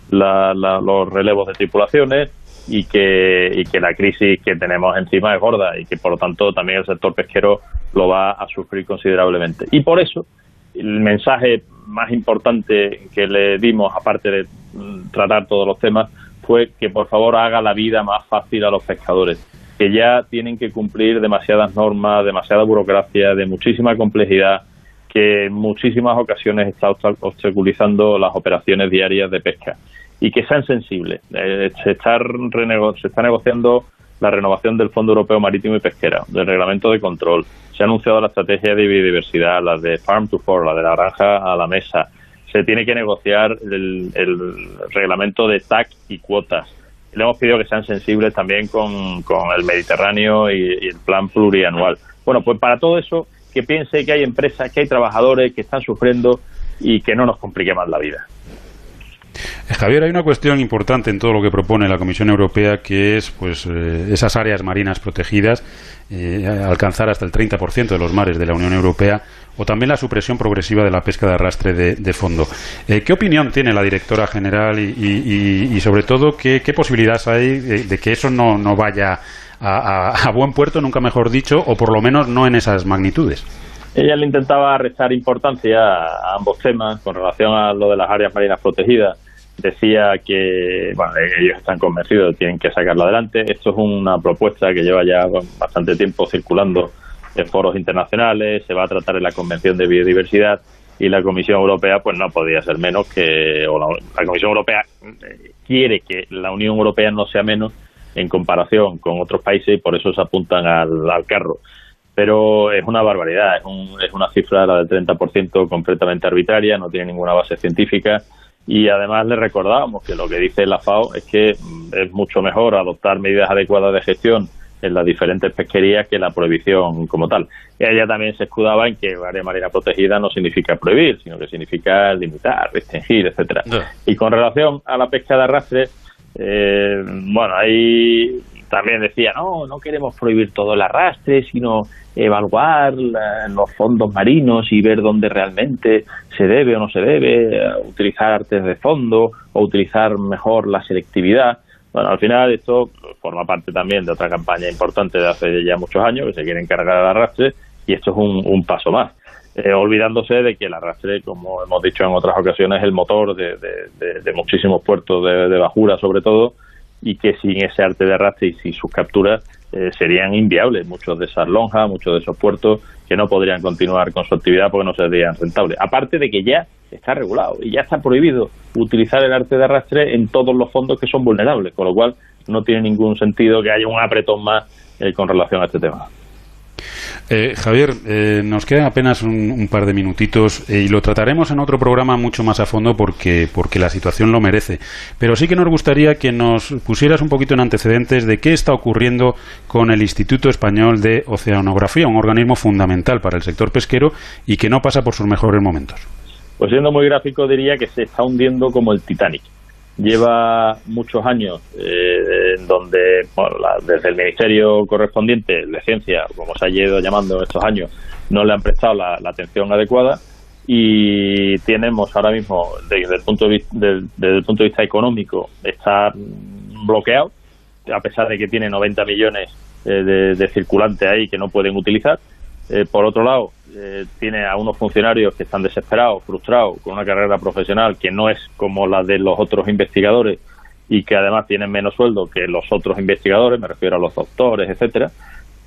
los relevos de tripulaciones y que la crisis que tenemos encima es gorda y que, por lo tanto, también el sector pesquero lo va a sufrir considerablemente. Y por eso, el mensaje más importante que le dimos, aparte de tratar todos los temas, fue que por favor haga la vida más fácil a los pescadores, que ya tienen que cumplir demasiadas normas, demasiada burocracia, de muchísima complejidad, que en muchísimas ocasiones está obstaculizando las operaciones diarias de pesca, y que sean sensibles. Se está negociando la renovación del Fondo Europeo Marítimo y Pesquera, del Reglamento de Control. Se ha anunciado la estrategia de biodiversidad, la de Farm to Fork, la de la granja a la mesa. Se tiene que negociar el reglamento de TAC y cuotas. Le hemos pedido que sean sensibles también con el Mediterráneo y el plan plurianual. Bueno, pues para todo eso, que piense que hay empresas, que hay trabajadores que están sufriendo y que no nos complique más la vida. Javier, hay una cuestión importante en todo lo que propone la Comisión Europea, que es esas áreas marinas protegidas, alcanzar hasta el 30% de los mares de la Unión Europea, o también la supresión progresiva de la pesca de arrastre de fondo. ¿Qué opinión tiene la directora general y sobre todo, qué posibilidades hay de que eso no vaya a buen puerto, nunca mejor dicho, o por lo menos no en esas magnitudes? Ella le intentaba restar importancia a ambos temas con relación a lo de las áreas marinas protegidas. Decía que ellos están convencidos de que tienen que sacarlo adelante. Esto es una propuesta que lleva ya bastante tiempo circulando en foros internacionales, se va a tratar en la Convención de Biodiversidad, y la Comisión Europea pues no podía ser menos la Comisión Europea quiere que la Unión Europea no sea menos en comparación con otros países, y por eso se apuntan al carro. Pero es una barbaridad, es una cifra, la del 30%, completamente arbitraria, no tiene ninguna base científica. Y además le recordábamos que lo que dice la FAO es que es mucho mejor adoptar medidas adecuadas de gestión en las diferentes pesquerías que la prohibición como tal. Y ella también se escudaba en que área marina protegida no significa prohibir, sino que significa limitar, restringir, etcétera. Y con relación a la pesca de arrastre, ahí también decía, no queremos prohibir todo el arrastre, sino evaluar los fondos marinos y ver dónde realmente se debe o no se debe utilizar artes de fondo o utilizar mejor la selectividad. Bueno, al final esto forma parte también de otra campaña importante de hace ya muchos años, que se quiere encargar del arrastre, y esto es un paso más. Olvidándose de que el arrastre, como hemos dicho en otras ocasiones, es el motor de muchísimos puertos de bajura sobre todo, y que sin ese arte de arrastre y sin sus capturas serían inviables muchos de esas lonjas, muchos de esos puertos, que no podrían continuar con su actividad porque no serían rentables. Aparte de que ya está regulado y ya está prohibido utilizar el arte de arrastre en todos los fondos que son vulnerables, con lo cual no tiene ningún sentido que haya un apretón más con relación a este tema. Javier, nos quedan apenas un par de minutitos y lo trataremos en otro programa mucho más a fondo porque la situación lo merece. Pero sí que nos gustaría que nos pusieras un poquito en antecedentes de qué está ocurriendo con el Instituto Español de Oceanografía, un organismo fundamental para el sector pesquero y que no pasa por sus mejores momentos. Pues siendo muy gráfico diría que se está hundiendo como el Titanic. Lleva muchos años en donde desde el Ministerio correspondiente de Ciencia, como se ha ido llamando estos años, no le han prestado la atención adecuada, y tenemos ahora mismo, desde el punto de vista económico, está bloqueado, a pesar de que tiene 90 millones de circulante ahí que no pueden utilizar. Por otro lado, tiene a unos funcionarios que están desesperados, frustrados, con una carrera profesional que no es como la de los otros investigadores y que además tienen menos sueldo que los otros investigadores, me refiero a los doctores, etcétera.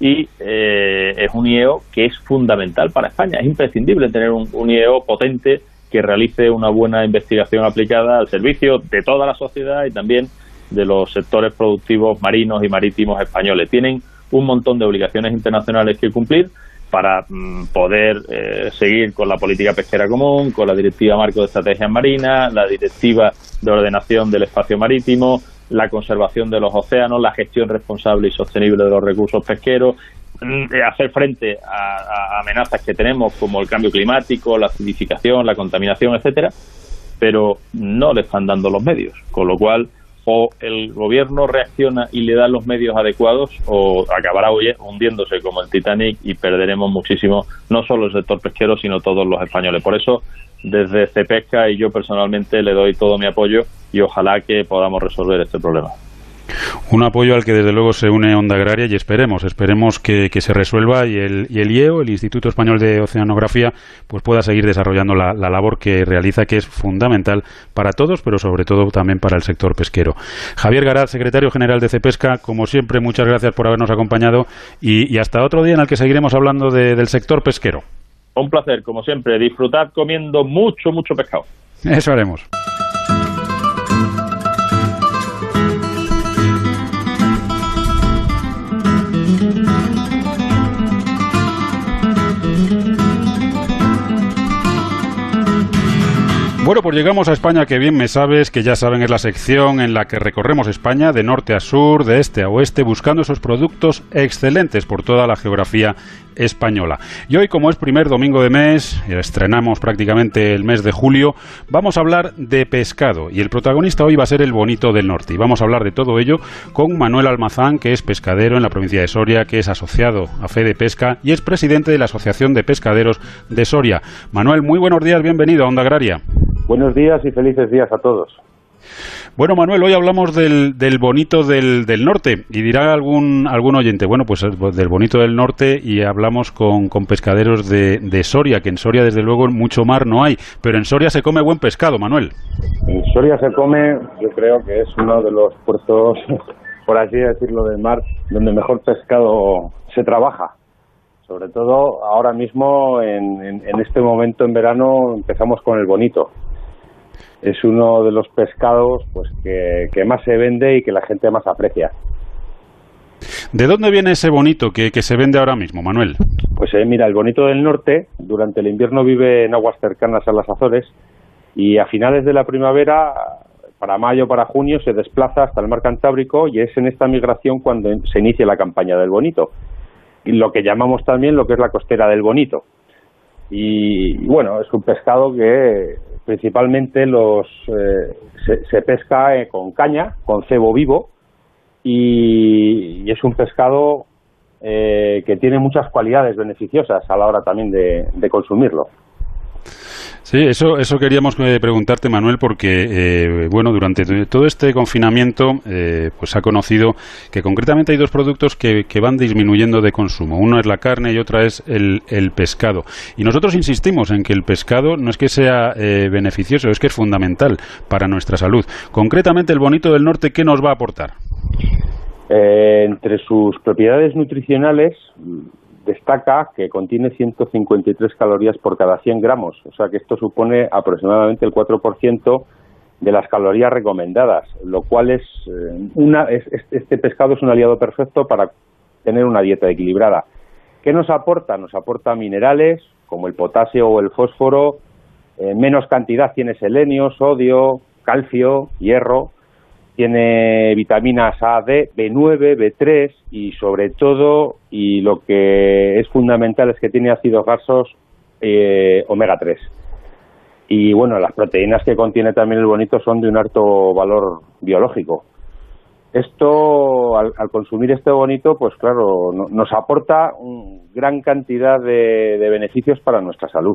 y es un IEO que es fundamental para España. Es imprescindible tener un IEO potente que realice una buena investigación aplicada al servicio de toda la sociedad y también de los sectores productivos marinos y marítimos españoles. Tienen un montón de obligaciones internacionales que cumplir para poder seguir con la política pesquera común, con la Directiva Marco de Estrategias Marinas, la Directiva de Ordenación del Espacio Marítimo, la conservación de los océanos, la gestión responsable y sostenible de los recursos pesqueros, hacer frente a amenazas que tenemos como el cambio climático, la acidificación, la contaminación, etcétera, pero no le están dando los medios, con lo cual o el gobierno reacciona y le da los medios adecuados o acabará hundiéndose como el Titanic y perderemos muchísimo, no solo el sector pesquero, sino todos los españoles. Por eso, desde Cepesca y yo personalmente le doy todo mi apoyo y ojalá que podamos resolver este problema. Un apoyo al que desde luego se une Onda Agraria y esperemos que se resuelva y el IEO, el Instituto Español de Oceanografía, pues pueda seguir desarrollando la labor que realiza, que es fundamental para todos, pero sobre todo también para el sector pesquero. Javier Garat, secretario general de Cepesca, como siempre, muchas gracias por habernos acompañado y hasta otro día en el que seguiremos hablando del sector pesquero. Un placer, como siempre, disfrutad comiendo mucho pescado. Eso haremos. Bueno, pues llegamos a España, que bien me sabes, que ya saben es la sección en la que recorremos España de norte a sur, de este a oeste, buscando esos productos excelentes por toda la geografía española. Y hoy, como es primer domingo de mes, estrenamos prácticamente el mes de julio, vamos a hablar de pescado y el protagonista hoy va a ser el bonito del norte y vamos a hablar de todo ello con Manuel Almazán, que es pescadero en la provincia de Soria, que es asociado a Fede Pesca y es presidente de la Asociación de Pescaderos de Soria. Manuel, muy buenos días, bienvenido a Onda Agraria. Buenos días y felices días a todos. Bueno, Manuel, hoy hablamos del bonito del norte y dirá algún oyente, bueno, pues del bonito del norte y hablamos con pescaderos de Soria, que en Soria desde luego mucho mar no hay, pero en Soria se come buen pescado, Manuel. En Soria se come, yo creo que es uno de los puertos, por así decirlo, del mar, donde mejor pescado se trabaja. Sobre todo ahora mismo, en este momento en verano, empezamos con el bonito. Es uno de los pescados pues que más se vende y que la gente más aprecia. ¿De dónde viene ese bonito que se vende ahora mismo, Manuel? Pues mira, el bonito del norte durante el invierno vive en aguas cercanas a las Azores y a finales de la primavera, para mayo, para junio, se desplaza hasta el mar Cantábrico y es en esta migración cuando se inicia la campaña del bonito. Y lo que llamamos también lo que es la costera del bonito. Y bueno, es un pescado que principalmente se pesca con caña, con cebo vivo y es un pescado que tiene muchas cualidades beneficiosas a la hora también de consumirlo. Sí, eso queríamos preguntarte, Manuel, porque bueno, durante todo este confinamiento pues se ha conocido que concretamente hay dos productos que van disminuyendo de consumo. Uno es la carne y otra es el pescado. Y nosotros insistimos en que el pescado no es que sea beneficioso, es que es fundamental para nuestra salud. Concretamente, el bonito del norte, ¿qué nos va a aportar? Entre sus propiedades nutricionales destaca que contiene 153 calorías por cada 100 gramos, o sea que esto supone aproximadamente el 4% de las calorías recomendadas, lo cual este pescado es un aliado perfecto para tener una dieta equilibrada. ¿Qué nos aporta? Nos aporta minerales como el potasio o el fósforo, menos cantidad tiene selenio, sodio, calcio, hierro. Tiene vitaminas A, D, B9, B3 y sobre todo, y lo que es fundamental es que tiene ácidos grasos omega 3. Y bueno, las proteínas que contiene también el bonito son de un alto valor biológico. Esto, al consumir este bonito, pues claro, nos aporta gran cantidad de beneficios para nuestra salud.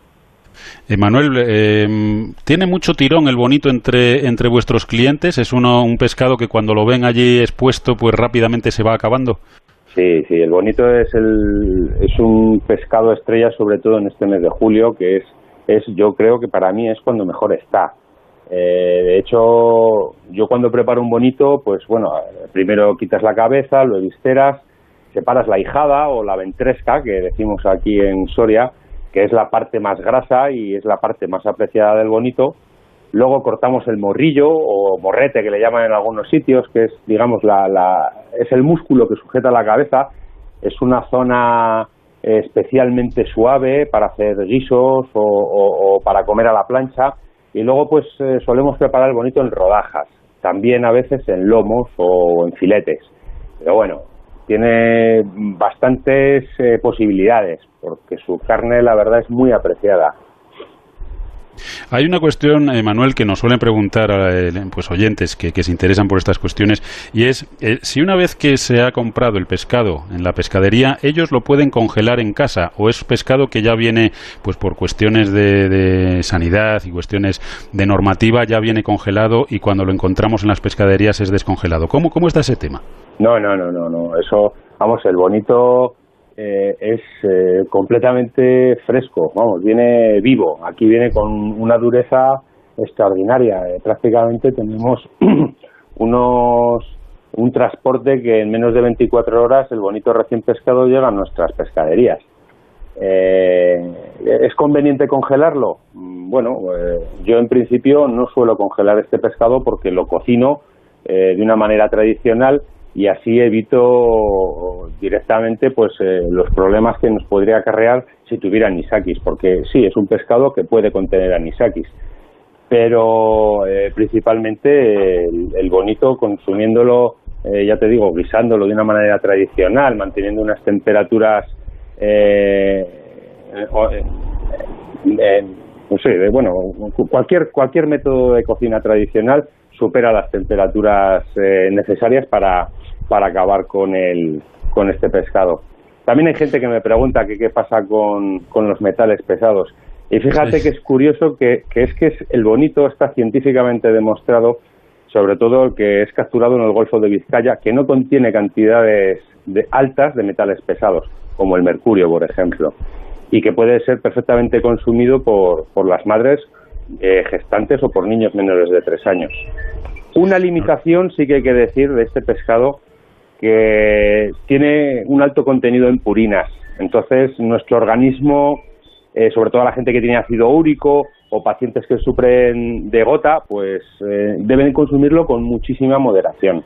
Manuel, ¿tiene mucho tirón el bonito entre vuestros clientes? ¿Es un pescado que cuando lo ven allí expuesto pues rápidamente se va acabando? Sí, el bonito es un pescado estrella, sobre todo en este mes de julio, que yo creo que para mí es cuando mejor está. De hecho, yo cuando preparo un bonito, pues bueno, primero quitas la cabeza, lo evisceras separas la hijada o la ventresca, que decimos aquí en Soria, que es la parte más grasa y es la parte más apreciada del bonito. Luego cortamos el morrillo o morrete, que le llaman en algunos sitios, que es, digamos, es el músculo que sujeta la cabeza. Es una zona especialmente suave para hacer guisos o para comer a la plancha. Y luego pues solemos preparar el bonito en rodajas, también a veces en lomos o en filetes. Pero bueno, tiene bastantes posibilidades, porque su carne la verdad es muy apreciada. Hay una cuestión, Manuel, que nos suelen preguntar pues oyentes que se interesan por estas cuestiones, y es si una vez que se ha comprado el pescado en la pescadería, ellos lo pueden congelar en casa, o es pescado que ya viene, pues por cuestiones de sanidad y cuestiones de normativa, ya viene congelado y cuando lo encontramos en las pescaderías es descongelado. ¿Cómo está ese tema? No. Eso, vamos, el bonito es completamente fresco, vamos, viene vivo. Aquí viene con una dureza extraordinaria. Prácticamente tenemos un transporte que en menos de 24 horas el bonito recién pescado llega a nuestras pescaderías. ¿Es conveniente congelarlo? Bueno, yo en principio no suelo congelar este pescado porque lo cocino de una manera tradicional y así evito directamente pues los problemas que nos podría acarrear si tuviera anisakis, porque sí, es un pescado que puede contener anisakis, pero principalmente el bonito, consumiéndolo, ya te digo, guisándolo de una manera tradicional, manteniendo unas temperaturas no sé, bueno, cualquier método de cocina tradicional supera las temperaturas necesarias para acabar con este pescado. También hay gente que me pregunta qué pasa con los metales pesados. Y fíjate que es curioso que el bonito está científicamente demostrado, sobre todo el que es capturado en el Golfo de Vizcaya, que no contiene cantidades altas de metales pesados, como el mercurio, por ejemplo, y que puede ser perfectamente consumido por las madres gestantes o por niños menores de 3 años. Una limitación sí que hay que decir de este pescado, que tiene un alto contenido en purinas. Entonces, nuestro organismo, sobre todo la gente que tiene ácido úrico o pacientes que sufren de gota, pues deben consumirlo con muchísima moderación.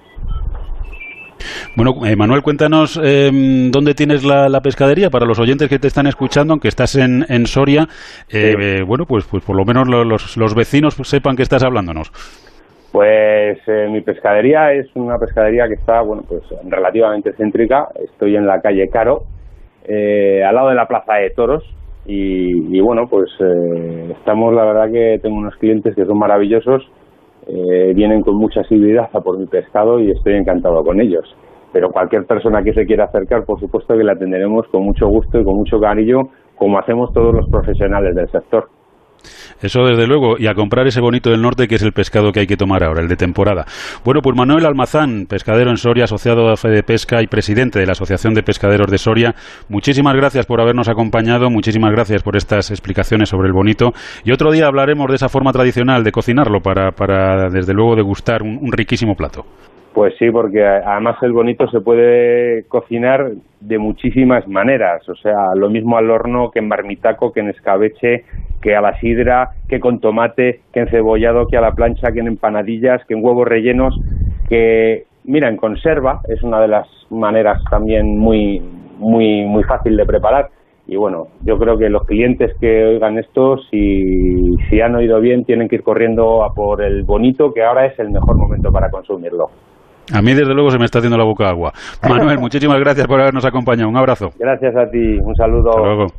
Bueno, Manuel, cuéntanos dónde tienes la pescadería para los oyentes que te están escuchando, aunque estás en Soria. Sí. Bueno, pues por lo menos los vecinos sepan que estás hablándonos. Pues mi pescadería es una pescadería que está, bueno, pues relativamente céntrica. Estoy en la calle Caro, al lado de la Plaza de Toros, y bueno, pues estamos, la verdad que tengo unos clientes que son maravillosos, vienen con mucha asiduidad a por mi pescado y estoy encantado con ellos. Pero cualquier persona que se quiera acercar, por supuesto que la atenderemos con mucho gusto y con mucho cariño, como hacemos todos los profesionales del sector. Eso desde luego, y a comprar ese bonito del norte, que es el pescado que hay que tomar ahora, el de temporada. Bueno, pues Manuel Almazán, pescadero en Soria, asociado a Fede Pesca y presidente de la Asociación de Pescaderos de Soria, muchísimas gracias por habernos acompañado, muchísimas gracias por estas explicaciones sobre el bonito, y otro día hablaremos de esa forma tradicional de cocinarlo para desde luego degustar un riquísimo plato. Pues sí, porque además el bonito se puede cocinar de muchísimas maneras, o sea, lo mismo al horno que en marmitaco, que en escabeche, que a la sidra, que con tomate, que en cebollado, que a la plancha, que en empanadillas, que en huevos rellenos, que, mira, en conserva, es una de las maneras también muy fácil de preparar. Y bueno, yo creo que los clientes que oigan esto, si han oído bien, tienen que ir corriendo a por el bonito, que ahora es el mejor momento para consumirlo. A mí, desde luego, se me está haciendo la boca agua. Manuel, muchísimas gracias por habernos acompañado. Un abrazo. Gracias a ti. Un saludo. Hasta luego.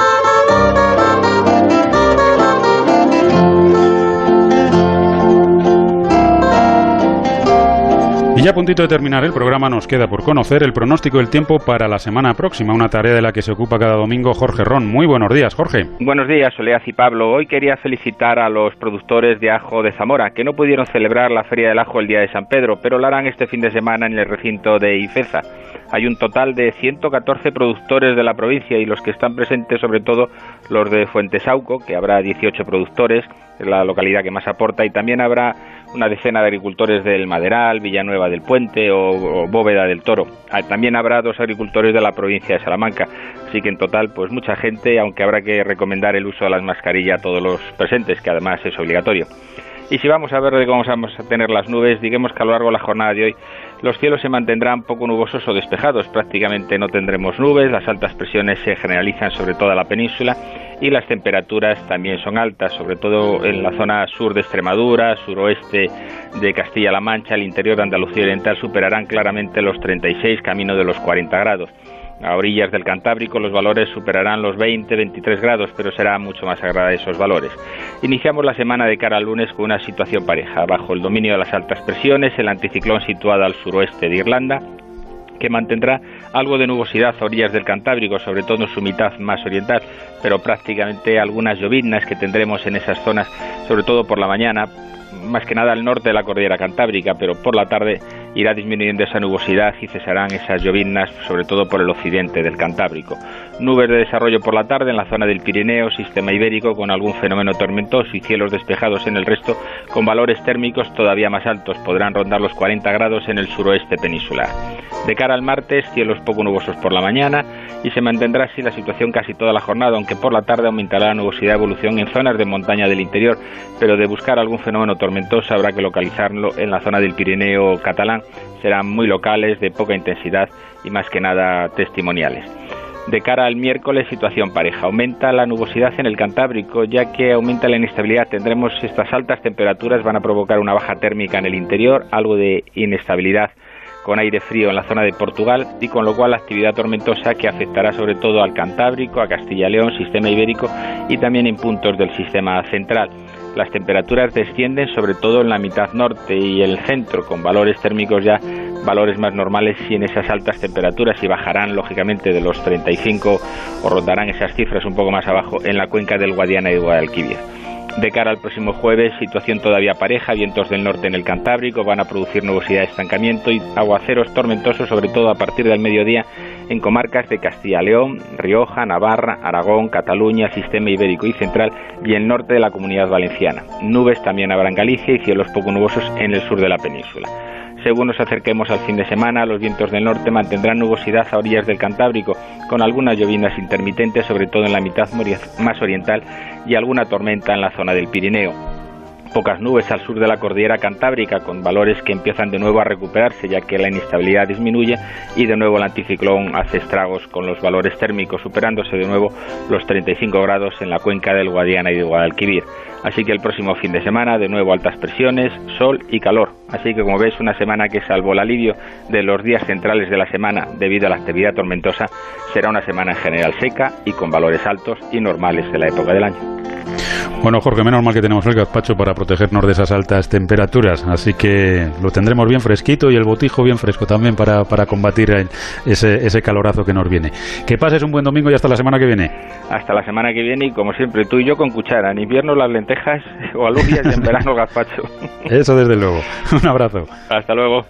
Y ya a puntito de terminar el programa, nos queda por conocer el pronóstico del tiempo para la semana próxima, una tarea de la que se ocupa cada domingo Jorge Ron. Muy buenos días, Jorge. Buenos días, Soledad y Pablo. Hoy quería felicitar a los productores de ajo de Zamora, que no pudieron celebrar la Feria del Ajo el día de San Pedro, pero lo harán este fin de semana en el recinto de Ifeza. Hay un total de 114 productores de la provincia y los que están presentes, sobre todo los de Fuentesauco, que habrá 18 productores, es la localidad que más aporta, y también habrá una decena de agricultores del Maderal, Villanueva del Puente o Bóveda del Toro. También habrá 2 agricultores de la provincia de Salamanca, así que en total pues mucha gente, aunque habrá que recomendar el uso de las mascarillas a todos los presentes, que además es obligatorio. Y si vamos a ver de cómo vamos a tener las nubes, digamos que a lo largo de la jornada de hoy los cielos se mantendrán poco nubosos o despejados, prácticamente no tendremos nubes, las altas presiones se generalizan sobre toda la península y las temperaturas también son altas, sobre todo en la zona sur de Extremadura, suroeste de Castilla-La Mancha, el interior de Andalucía Oriental superarán claramente los 36, camino de los 40 grados. A orillas del Cantábrico los valores superarán los 20-23 grados, pero será mucho más agradable esos valores. Iniciamos la semana de cara al lunes con una situación pareja. Bajo el dominio de las altas presiones, el anticiclón situado al suroeste de Irlanda, que mantendrá algo de nubosidad a orillas del Cantábrico, sobre todo en su mitad más oriental, pero prácticamente algunas lloviznas que tendremos en esas zonas, sobre todo por la mañana, más que nada al norte de la cordillera Cantábrica, pero por la tarde irá disminuyendo esa nubosidad y cesarán esas lloviznas, sobre todo por el occidente del Cantábrico. Nubes de desarrollo por la tarde en la zona del Pirineo, sistema ibérico, con algún fenómeno tormentoso y cielos despejados en el resto, con valores térmicos todavía más altos, podrán rondar los 40 grados en el suroeste peninsular. De cara al martes, cielos poco nubosos por la mañana y se mantendrá así la situación casi toda la jornada, aunque por la tarde aumentará la nubosidad de evolución en zonas de montaña del interior, pero de buscar algún fenómeno tormentoso habrá que localizarlo en la zona del Pirineo catalán. Serán muy locales, de poca intensidad y más que nada testimoniales. De cara al miércoles, situación pareja. Aumenta la nubosidad en el Cantábrico, ya que aumenta la inestabilidad. Tendremos estas altas temperaturas, van a provocar una baja térmica en el interior, algo de inestabilidad con aire frío en la zona de Portugal, y con lo cual la actividad tormentosa que afectará sobre todo al Cantábrico, a Castilla y León, sistema ibérico y también en puntos del sistema central. Las temperaturas descienden sobre todo en la mitad norte y el centro, con valores térmicos ya valores más normales y en esas altas temperaturas, y bajarán lógicamente de los 35 o rondarán esas cifras un poco más abajo en la cuenca del Guadiana y Guadalquivir. De cara al próximo jueves, situación todavía pareja, vientos del norte en el Cantábrico van a producir nubosidad de estancamiento y aguaceros tormentosos, sobre todo a partir del mediodía en comarcas de Castilla y León, Rioja, Navarra, Aragón, Cataluña, sistema ibérico y central y el norte de la Comunidad Valenciana. Nubes también habrá en Galicia y cielos poco nubosos en el sur de la península. Según nos acerquemos al fin de semana, los vientos del norte mantendrán nubosidad a orillas del Cantábrico, con algunas llovinas intermitentes, sobre todo en la mitad más oriental, y alguna tormenta en la zona del Pirineo. Pocas nubes al sur de la cordillera Cantábrica, con valores que empiezan de nuevo a recuperarse, ya que la inestabilidad disminuye y de nuevo el anticiclón hace estragos con los valores térmicos, superándose de nuevo los 35 grados en la cuenca del Guadiana y de Guadalquivir. Así que el próximo fin de semana, de nuevo altas presiones, sol y calor. Así que como ves, una semana que, salvo el alivio de los días centrales de la semana debido a la actividad tormentosa, será una semana en general seca y con valores altos y normales de la época del año. Bueno, Jorge, menos mal que tenemos el gazpacho para protegernos de esas altas temperaturas, así que lo tendremos bien fresquito y el botijo bien fresco también para combatir ese calorazo que nos viene. Que pases un buen domingo y hasta la semana que viene. Hasta la semana que viene, y como siempre, tú y yo con cuchara, en invierno las lentejas o alubias y en verano el gazpacho. Eso desde luego. Un abrazo. Hasta luego.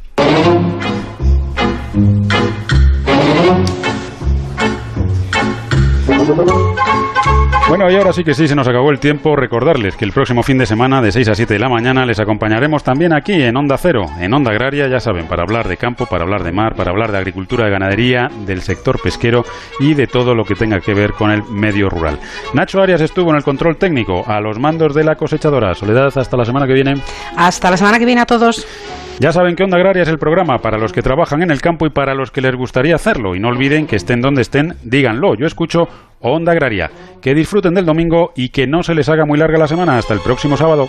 Bueno, y ahora sí que sí, se nos acabó el tiempo. Recordarles que el próximo fin de semana, de 6 a 7 de la mañana, les acompañaremos también aquí en Onda Cero, en Onda Agraria, ya saben, para hablar de campo, para hablar de mar, para hablar de agricultura, de ganadería, del sector pesquero y de todo lo que tenga que ver con el medio rural. Nacho Arias estuvo en el control técnico, a los mandos de la cosechadora. Soledad, hasta la semana que viene. Hasta la semana que viene a todos. Ya saben que Onda Agraria es el programa para los que trabajan en el campo y para los que les gustaría hacerlo. Y no olviden que estén donde estén, díganlo. Yo escucho Onda Agraria. Que disfruten del domingo y que no se les haga muy larga la semana. Hasta el próximo sábado.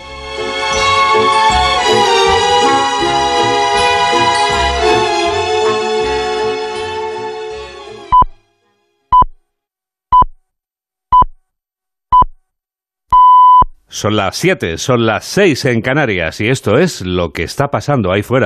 Son las 7, son las 6 en Canarias y esto es lo que está pasando ahí fuera.